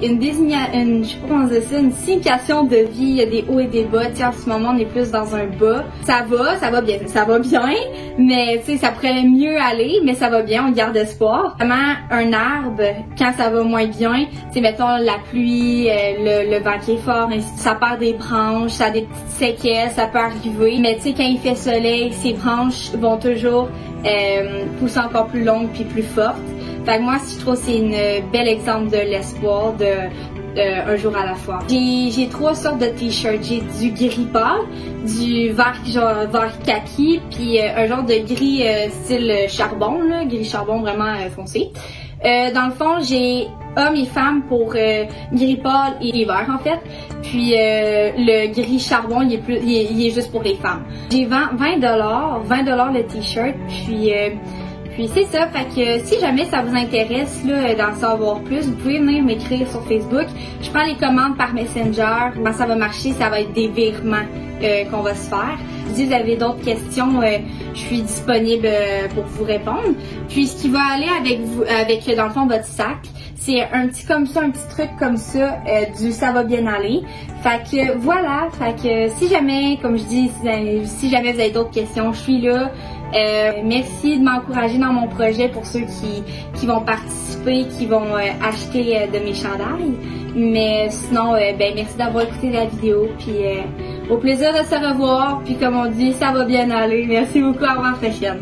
Je sais pas comment dire ça, une signification de vie, il y a des hauts et des bas. Tu sais, en ce moment, on est plus dans un bas. Ça va bien, mais tu sais, ça pourrait mieux aller, mais ça va bien, on garde espoir. Vraiment, un arbre, quand ça va moins bien, tu sais, mettons la pluie, le vent qui est fort, ça perd des branches, ça a des petites séquelles, ça peut arriver. Mais tu sais, quand il fait soleil, ces branches vont toujours pousser encore plus longues puis plus fortes. Fait que moi, je trouve que c'est une bel exemple de l'espoir un jour à la fois. J'ai 3 sortes de t-shirts. J'ai du gris pâle, du vert kaki, puis un genre de gris style charbon, là, gris charbon vraiment foncé. Dans le fond, j'ai hommes et femmes pour gris pâle et vert en fait. Puis le gris charbon, il est juste pour les femmes. J'ai $20 le t-shirt, puis c'est ça, fait que si jamais ça vous intéresse là, d'en savoir plus, vous pouvez venir m'écrire sur Facebook. Je prends les commandes par Messenger. Comment ça va marcher? Ça va être des virements qu'on va se faire. Si vous avez d'autres questions, je suis disponible pour vous répondre. Puis ce qui va aller avec dans le fond votre sac, c'est un petit truc comme ça, du ça va bien aller. Fait que voilà, fait que si jamais, comme je dis, si jamais vous avez d'autres questions, je suis là. Merci de m'encourager dans mon projet pour ceux qui vont participer, qui vont acheter de mes chandails. Mais sinon, merci d'avoir écouté la vidéo. Puis au plaisir de se revoir. Puis comme on dit, ça va bien aller. Merci beaucoup, au revoir, Fréchette.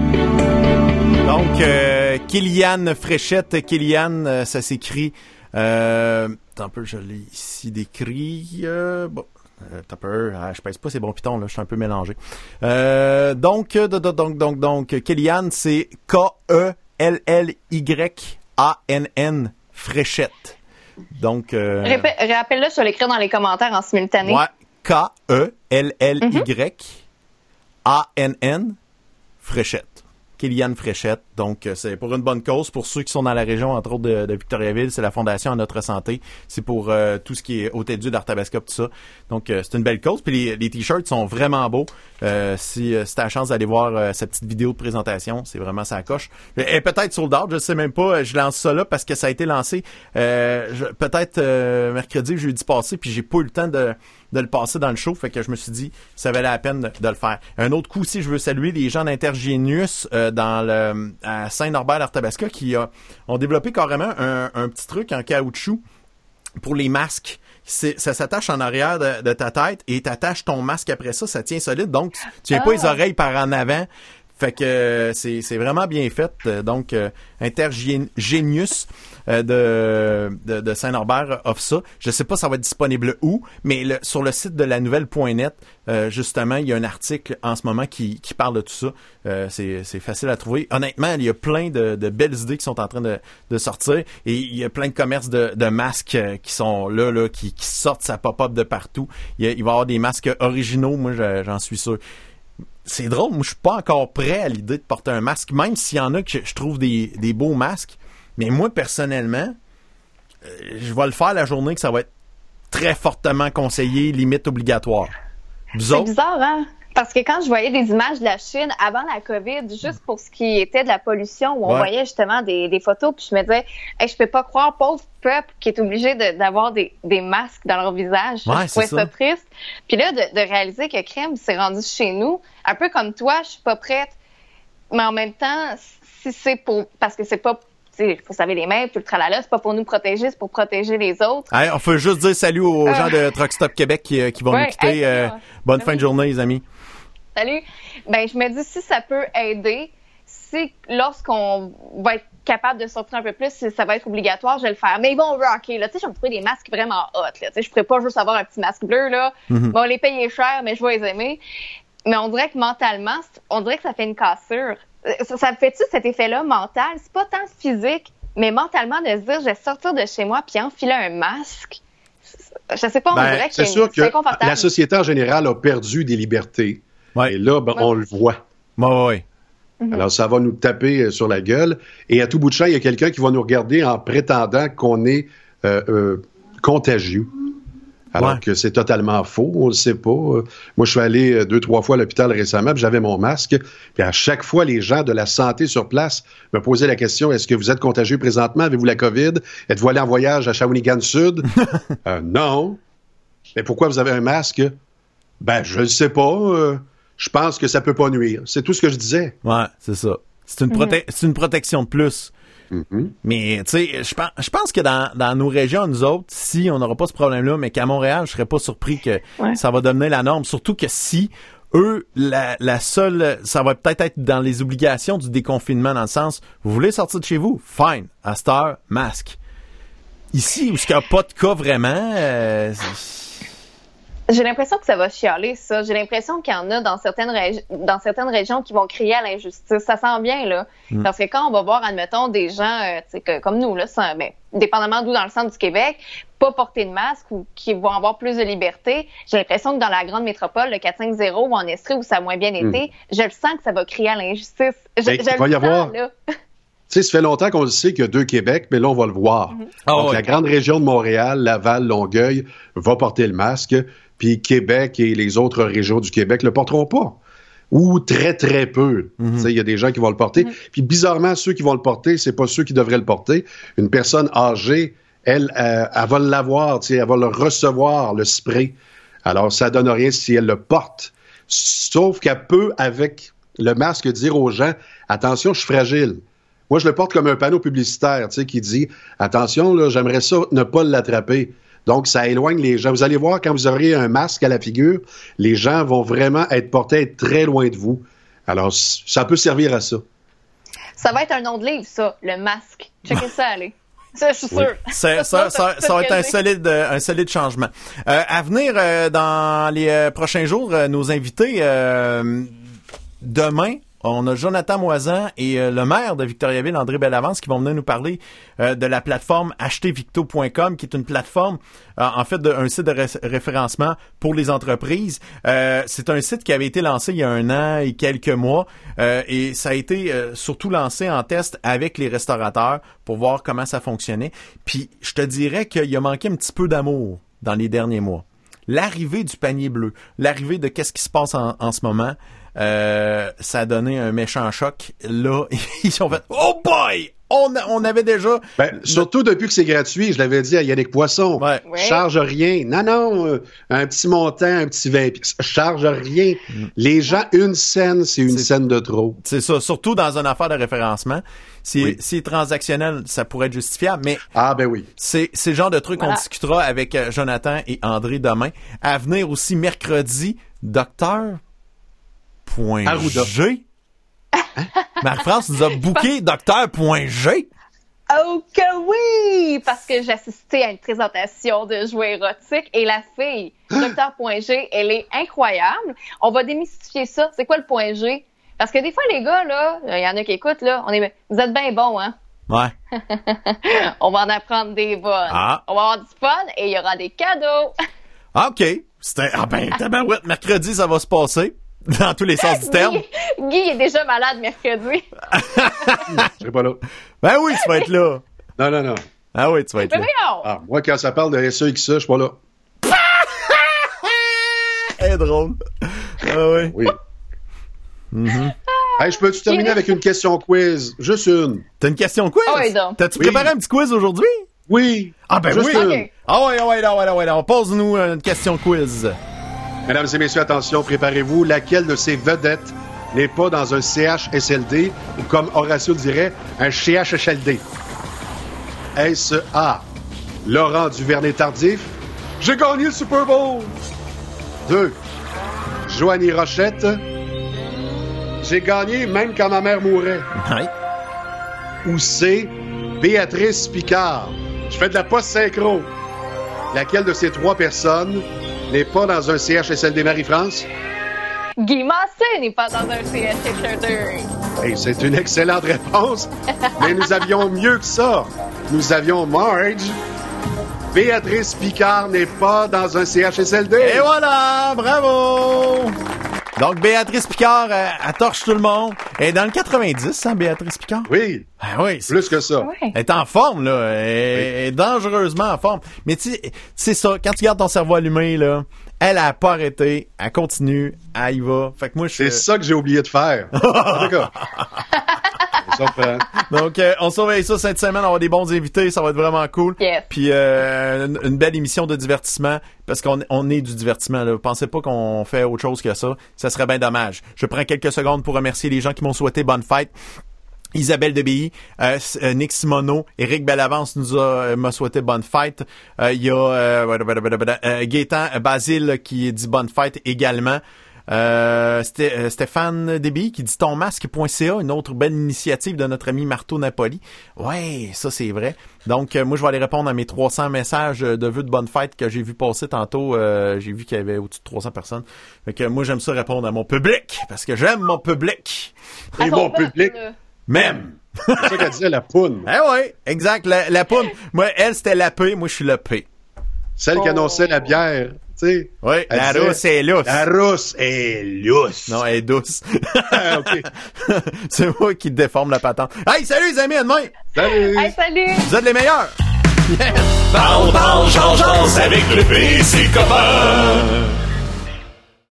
Donc, Kylian Fréchette. Kylian, ça s'écrit... attends un peu, je l'ai ici décrit. Bon. T'as peur, je pèse pas ces bons pitons, là, je suis un peu mélangé. Donc, Kylian, c'est K-E-L-L-Y-A-N-N Fréchette. Donc, rappelle-le, je vais l'écrire dans les commentaires en simultané. Ouais, K-E-L-L-Y-A-N-N Fréchette. Kylian Fréchette. Donc, c'est pour une bonne cause. Pour ceux qui sont dans la région, entre autres de Victoriaville, c'est la Fondation À Notre Santé. C'est pour tout ce qui est Hôtel-Dieu d'Arthabasca, tout ça. Donc, c'est une belle cause. Puis les t-shirts sont vraiment beaux. Si t'as la chance d'aller voir sa petite vidéo de présentation, c'est vraiment ça coche. Et peut-être sold out, je sais même pas. Je lance ça là parce que ça a été lancé peut-être mercredi ou jeudi passé, puis j'ai pas eu le temps de le passer dans le show, fait que je me suis dit ça valait la peine de le faire. Un autre coup aussi, je veux saluer les gens d'Intergenius à Saint-Norbert d'Arthabasca qui ont développé carrément un petit truc en caoutchouc pour les masques. Ça s'attache en arrière de ta tête et t'attaches ton masque après ça tient solide, donc tu viens pas les oreilles par en avant. Fait que c'est vraiment bien fait. Donc, Intergenius de Saint-Norbert offre ça. Je sais pas ça va être disponible où, mais sur le site de la nouvelle.net, justement, il y a un article en ce moment qui parle de tout ça. C'est facile à trouver. Honnêtement, il y a plein de belles idées qui sont en train de sortir et il y a plein de commerces de masques qui sont là qui sortent, ça pop-up de partout. Il va y avoir des masques originaux, moi j'en suis sûr. C'est drôle, moi je suis pas encore prêt à l'idée de porter un masque, même s'il y en a que je trouve des beaux masques. Mais moi, personnellement, je vais le faire la journée que ça va être très fortement conseillé, limite obligatoire. C'est bizarre, hein? Parce que quand je voyais des images de la Chine avant la COVID, juste pour ce qui était de la pollution, où on voyait justement des photos, puis je me disais, hey, je peux pas croire, pauvre peuple qui est obligé d'avoir des masques dans leur visage. Je trouvais ça triste. Puis là, de réaliser que crème s'est rendu chez nous, un peu comme toi, je suis pas prête. Mais en même temps, si c'est pour... Parce que c'est pas... Il faut se laver les mains, puis le tralala, c'est pas pour nous protéger, c'est pour protéger les autres. Hey, on peut juste dire salut aux gens de Truck Stop Québec qui vont nous quitter. Bonne fin de journée, les amis. Salut. Ben, je me dis, si ça peut aider, si lorsqu'on va être capable de sortir un peu plus, si ça va être obligatoire, je vais le faire. Mais ils vont rocker, là. Tu sais, je vais me trouver des masques vraiment hot, là. Tu sais, je pourrais pas juste avoir un petit masque bleu, là. Bon, les payer cher, mais je vais les aimer. Mais on dirait que mentalement, on dirait que ça fait une cassure. Ça fait-tu cet effet-là mental? C'est pas tant physique, mais mentalement de se dire, je vais sortir de chez moi puis enfiler un masque. Je sais pas, on dirait que c'est sûr que inconfortable. La société en général a perdu des libertés. Ouais. Et là, on le voit. Ouais. Alors, ça va nous taper sur la gueule. Et à tout bout de champ, il y a quelqu'un qui va nous regarder en prétendant qu'on est contagieux. Alors que c'est totalement faux, on le sait pas. Moi, je suis allé 2-3 fois à l'hôpital récemment, puis j'avais mon masque. Puis à chaque fois, les gens de la santé sur place me posaient la question, est-ce que vous êtes contagieux présentement? Avez-vous la COVID? Êtes-vous allé en voyage à Shawinigan Sud? Non. Mais pourquoi vous avez un masque? Ben, je ne sais pas. Je pense que ça peut pas nuire. C'est tout ce que je disais. Ouais, c'est ça. C'est une protection de plus. Mais, tu sais, je pense que dans nos régions, nous autres, si on n'aura pas ce problème-là, mais qu'à Montréal, je serais pas surpris que ça va devenir la norme. Surtout que si eux, la seule, ça va peut-être être dans les obligations du déconfinement, dans le sens, vous voulez sortir de chez vous? Fine. À cette heure, masque. Ici, où il n'y a pas de cas vraiment, j'ai l'impression que ça va chialer, ça. J'ai l'impression qu'il y en a dans certaines régions qui vont crier à l'injustice. Ça sent bien, là. Parce que quand on va voir, admettons, des gens comme nous, là, dépendamment d'où dans le centre du Québec, pas porter de masque ou qui vont avoir plus de liberté, j'ai l'impression que dans la grande métropole, le 450 ou en Estrie, où ça a moins bien été, je le sens que ça va crier à l'injustice. Je va y avoir... là. Tu sais, ça fait longtemps qu'on le sait qu'il y a 2 Québec, mais là, on va le voir. Donc, la grande région de Montréal, Laval, Longueuil, va porter le masque. Puis Québec et les autres régions du Québec le porteront pas. Ou très, très peu. Il y a des gens qui vont le porter. Puis bizarrement, ceux qui vont le porter, c'est pas ceux qui devraient le porter. Une personne âgée, elle va l'avoir, elle va le recevoir, le spray. Alors, ça donne rien si elle le porte. Sauf qu'elle peut, avec le masque, dire aux gens, attention, je suis fragile. Moi, je le porte comme un panneau publicitaire, qui dit, attention, là, j'aimerais ça ne pas l'attraper. Donc, ça éloigne les gens. Vous allez voir, quand vous aurez un masque à la figure, les gens vont vraiment être portés à être très loin de vous. Alors, ça peut servir à ça. Ça va être un nom de livre, ça, le masque. Checkez ça, allez. Ça, je suis sûr. Ça va être un solide changement. À venir, dans les prochains jours, nos invités, demain, on a Jonathan Moisan et le maire de Victoriaville, André Bellavance, qui vont venir nous parler de la plateforme achetervicto.com, qui est une plateforme, en fait, un site de référencement pour les entreprises. C'est un site qui avait été lancé il y a 1 an et quelques mois, et ça a été surtout lancé en test avec les restaurateurs pour voir comment ça fonctionnait. Puis, je te dirais qu'il a manqué un petit peu d'amour dans les derniers mois. L'arrivée du panier bleu, l'arrivée de qu'est-ce qui se passe en ce moment, ça a donné un méchant choc. Là, ils ont fait « Oh boy! On avait déjà... » surtout depuis que c'est gratuit, je l'avais dit à Yannick Poisson. Charge rien. Non, un petit montant, un petit 20 $. Charge rien. Les gens, une scène, c'est une scène de trop. C'est ça. Surtout dans une affaire de référencement. Si c'est transactionnel, ça pourrait être justifiable, mais c'est le genre de truc qu'on discutera avec Jonathan et André demain. À venir aussi mercredi, Dr. G. Marie-France nous a booké Docteur.G. Oh que oui! Parce que j'ai assisté à une présentation de jouets érotiques et la fille, Docteur.G, elle est incroyable. On va démystifier ça. C'est quoi le point G? Parce que des fois, les gars, là, il y en a qui écoutent, là, vous êtes bien bons, hein? Ouais. On va en apprendre des bonnes. Ah. On va avoir du fun et il y aura des cadeaux. OK. Tabarouette, mercredi, ça va se passer. Dans tous les sens du terme. Guy est déjà malade mercredi. Je serai pas là. Ben oui, tu vas être là. Non. Ah oui, tu vas être là. Ah, moi, quand ça parle de SEXA, je suis pas là. C'est drôle. Ah oui. Oui. Hey, je peux-tu terminer avec une question quiz? Juste une. T'as une question quiz? Oui, donc. T'as-tu préparé un petit quiz aujourd'hui? Oui. Ah ben juste oui. une. Okay. Ah ouais. Pose-nous une question quiz. Mesdames et messieurs, attention, préparez-vous. Laquelle de ces vedettes n'est pas dans un CHSLD ou, comme Horatio dirait, un CHSLD? Est-ce A, Laurent Duvernay-Tardif? J'ai gagné le Super Bowl! 2, Joanie Rochette? J'ai gagné même quand ma mère mourait. Ouais. Ou C, Béatrice Picard? Je fais de la post-synchro. Laquelle de ces 3 personnes n'est pas dans un CHSLD, Marie-France? Guy Massé n'est pas dans un CHSLD. Hey, c'est une excellente réponse, mais nous avions mieux que ça. Nous avions Marge. Béatrice Picard n'est pas dans un CHSLD. Et voilà, bravo! Donc, Béatrice Picard, elle torche tout le monde. Elle est dans le 90, hein, Béatrice Picard? Oui. Ah oui. Plus que ça. Ouais. Elle est en forme, là. Elle est dangereusement en forme. Mais tu sais, c'est ça. Quand tu gardes ton cerveau allumé, là, elle a pas arrêté. Elle continue. Elle y va. Fait que moi, C'est ça que j'ai oublié de faire. En tout cas. Donc, on surveille ça cette semaine. On va avoir des bons invités. Ça va être vraiment cool. Yes. Puis, une belle émission de divertissement. Parce qu'on est du divertissement, là. Pensez pas qu'on fait autre chose que ça. Ça serait bien dommage. Je prends quelques secondes pour remercier les gens qui m'ont souhaité bonne fête. Isabelle Debéi, Nick Simoneau, Éric Bellavance m'a souhaité bonne fête. Il y a Gaétan Basile qui dit bonne fête également. Stéphane Debéi qui dit tonmasque.ca, une autre belle initiative de notre ami Marteau Napoli. Ouais, ça c'est vrai. Donc moi je vais aller répondre à mes 300 messages de vœux de bonne fête que j'ai vu passer tantôt. J'ai vu qu'il y avait au-dessus de 300 personnes. Fait que moi j'aime ça répondre à mon public parce que j'aime mon public. Et mon public. Même. C'est ça qu'elle disait, la poune. Eh oui, exact, la poune. Moi, elle, c'était la P, moi, je suis le P. Celle qui annonçait la bière, tu sais. Oui, la rousse est lousse. La rousse est lousse. Non, elle est douce. OK. C'est moi qui déforme la patente. Hey, salut les amis, à demain. Salut. Hey, salut! Vous êtes les meilleurs. Parle, change avec le PC copain.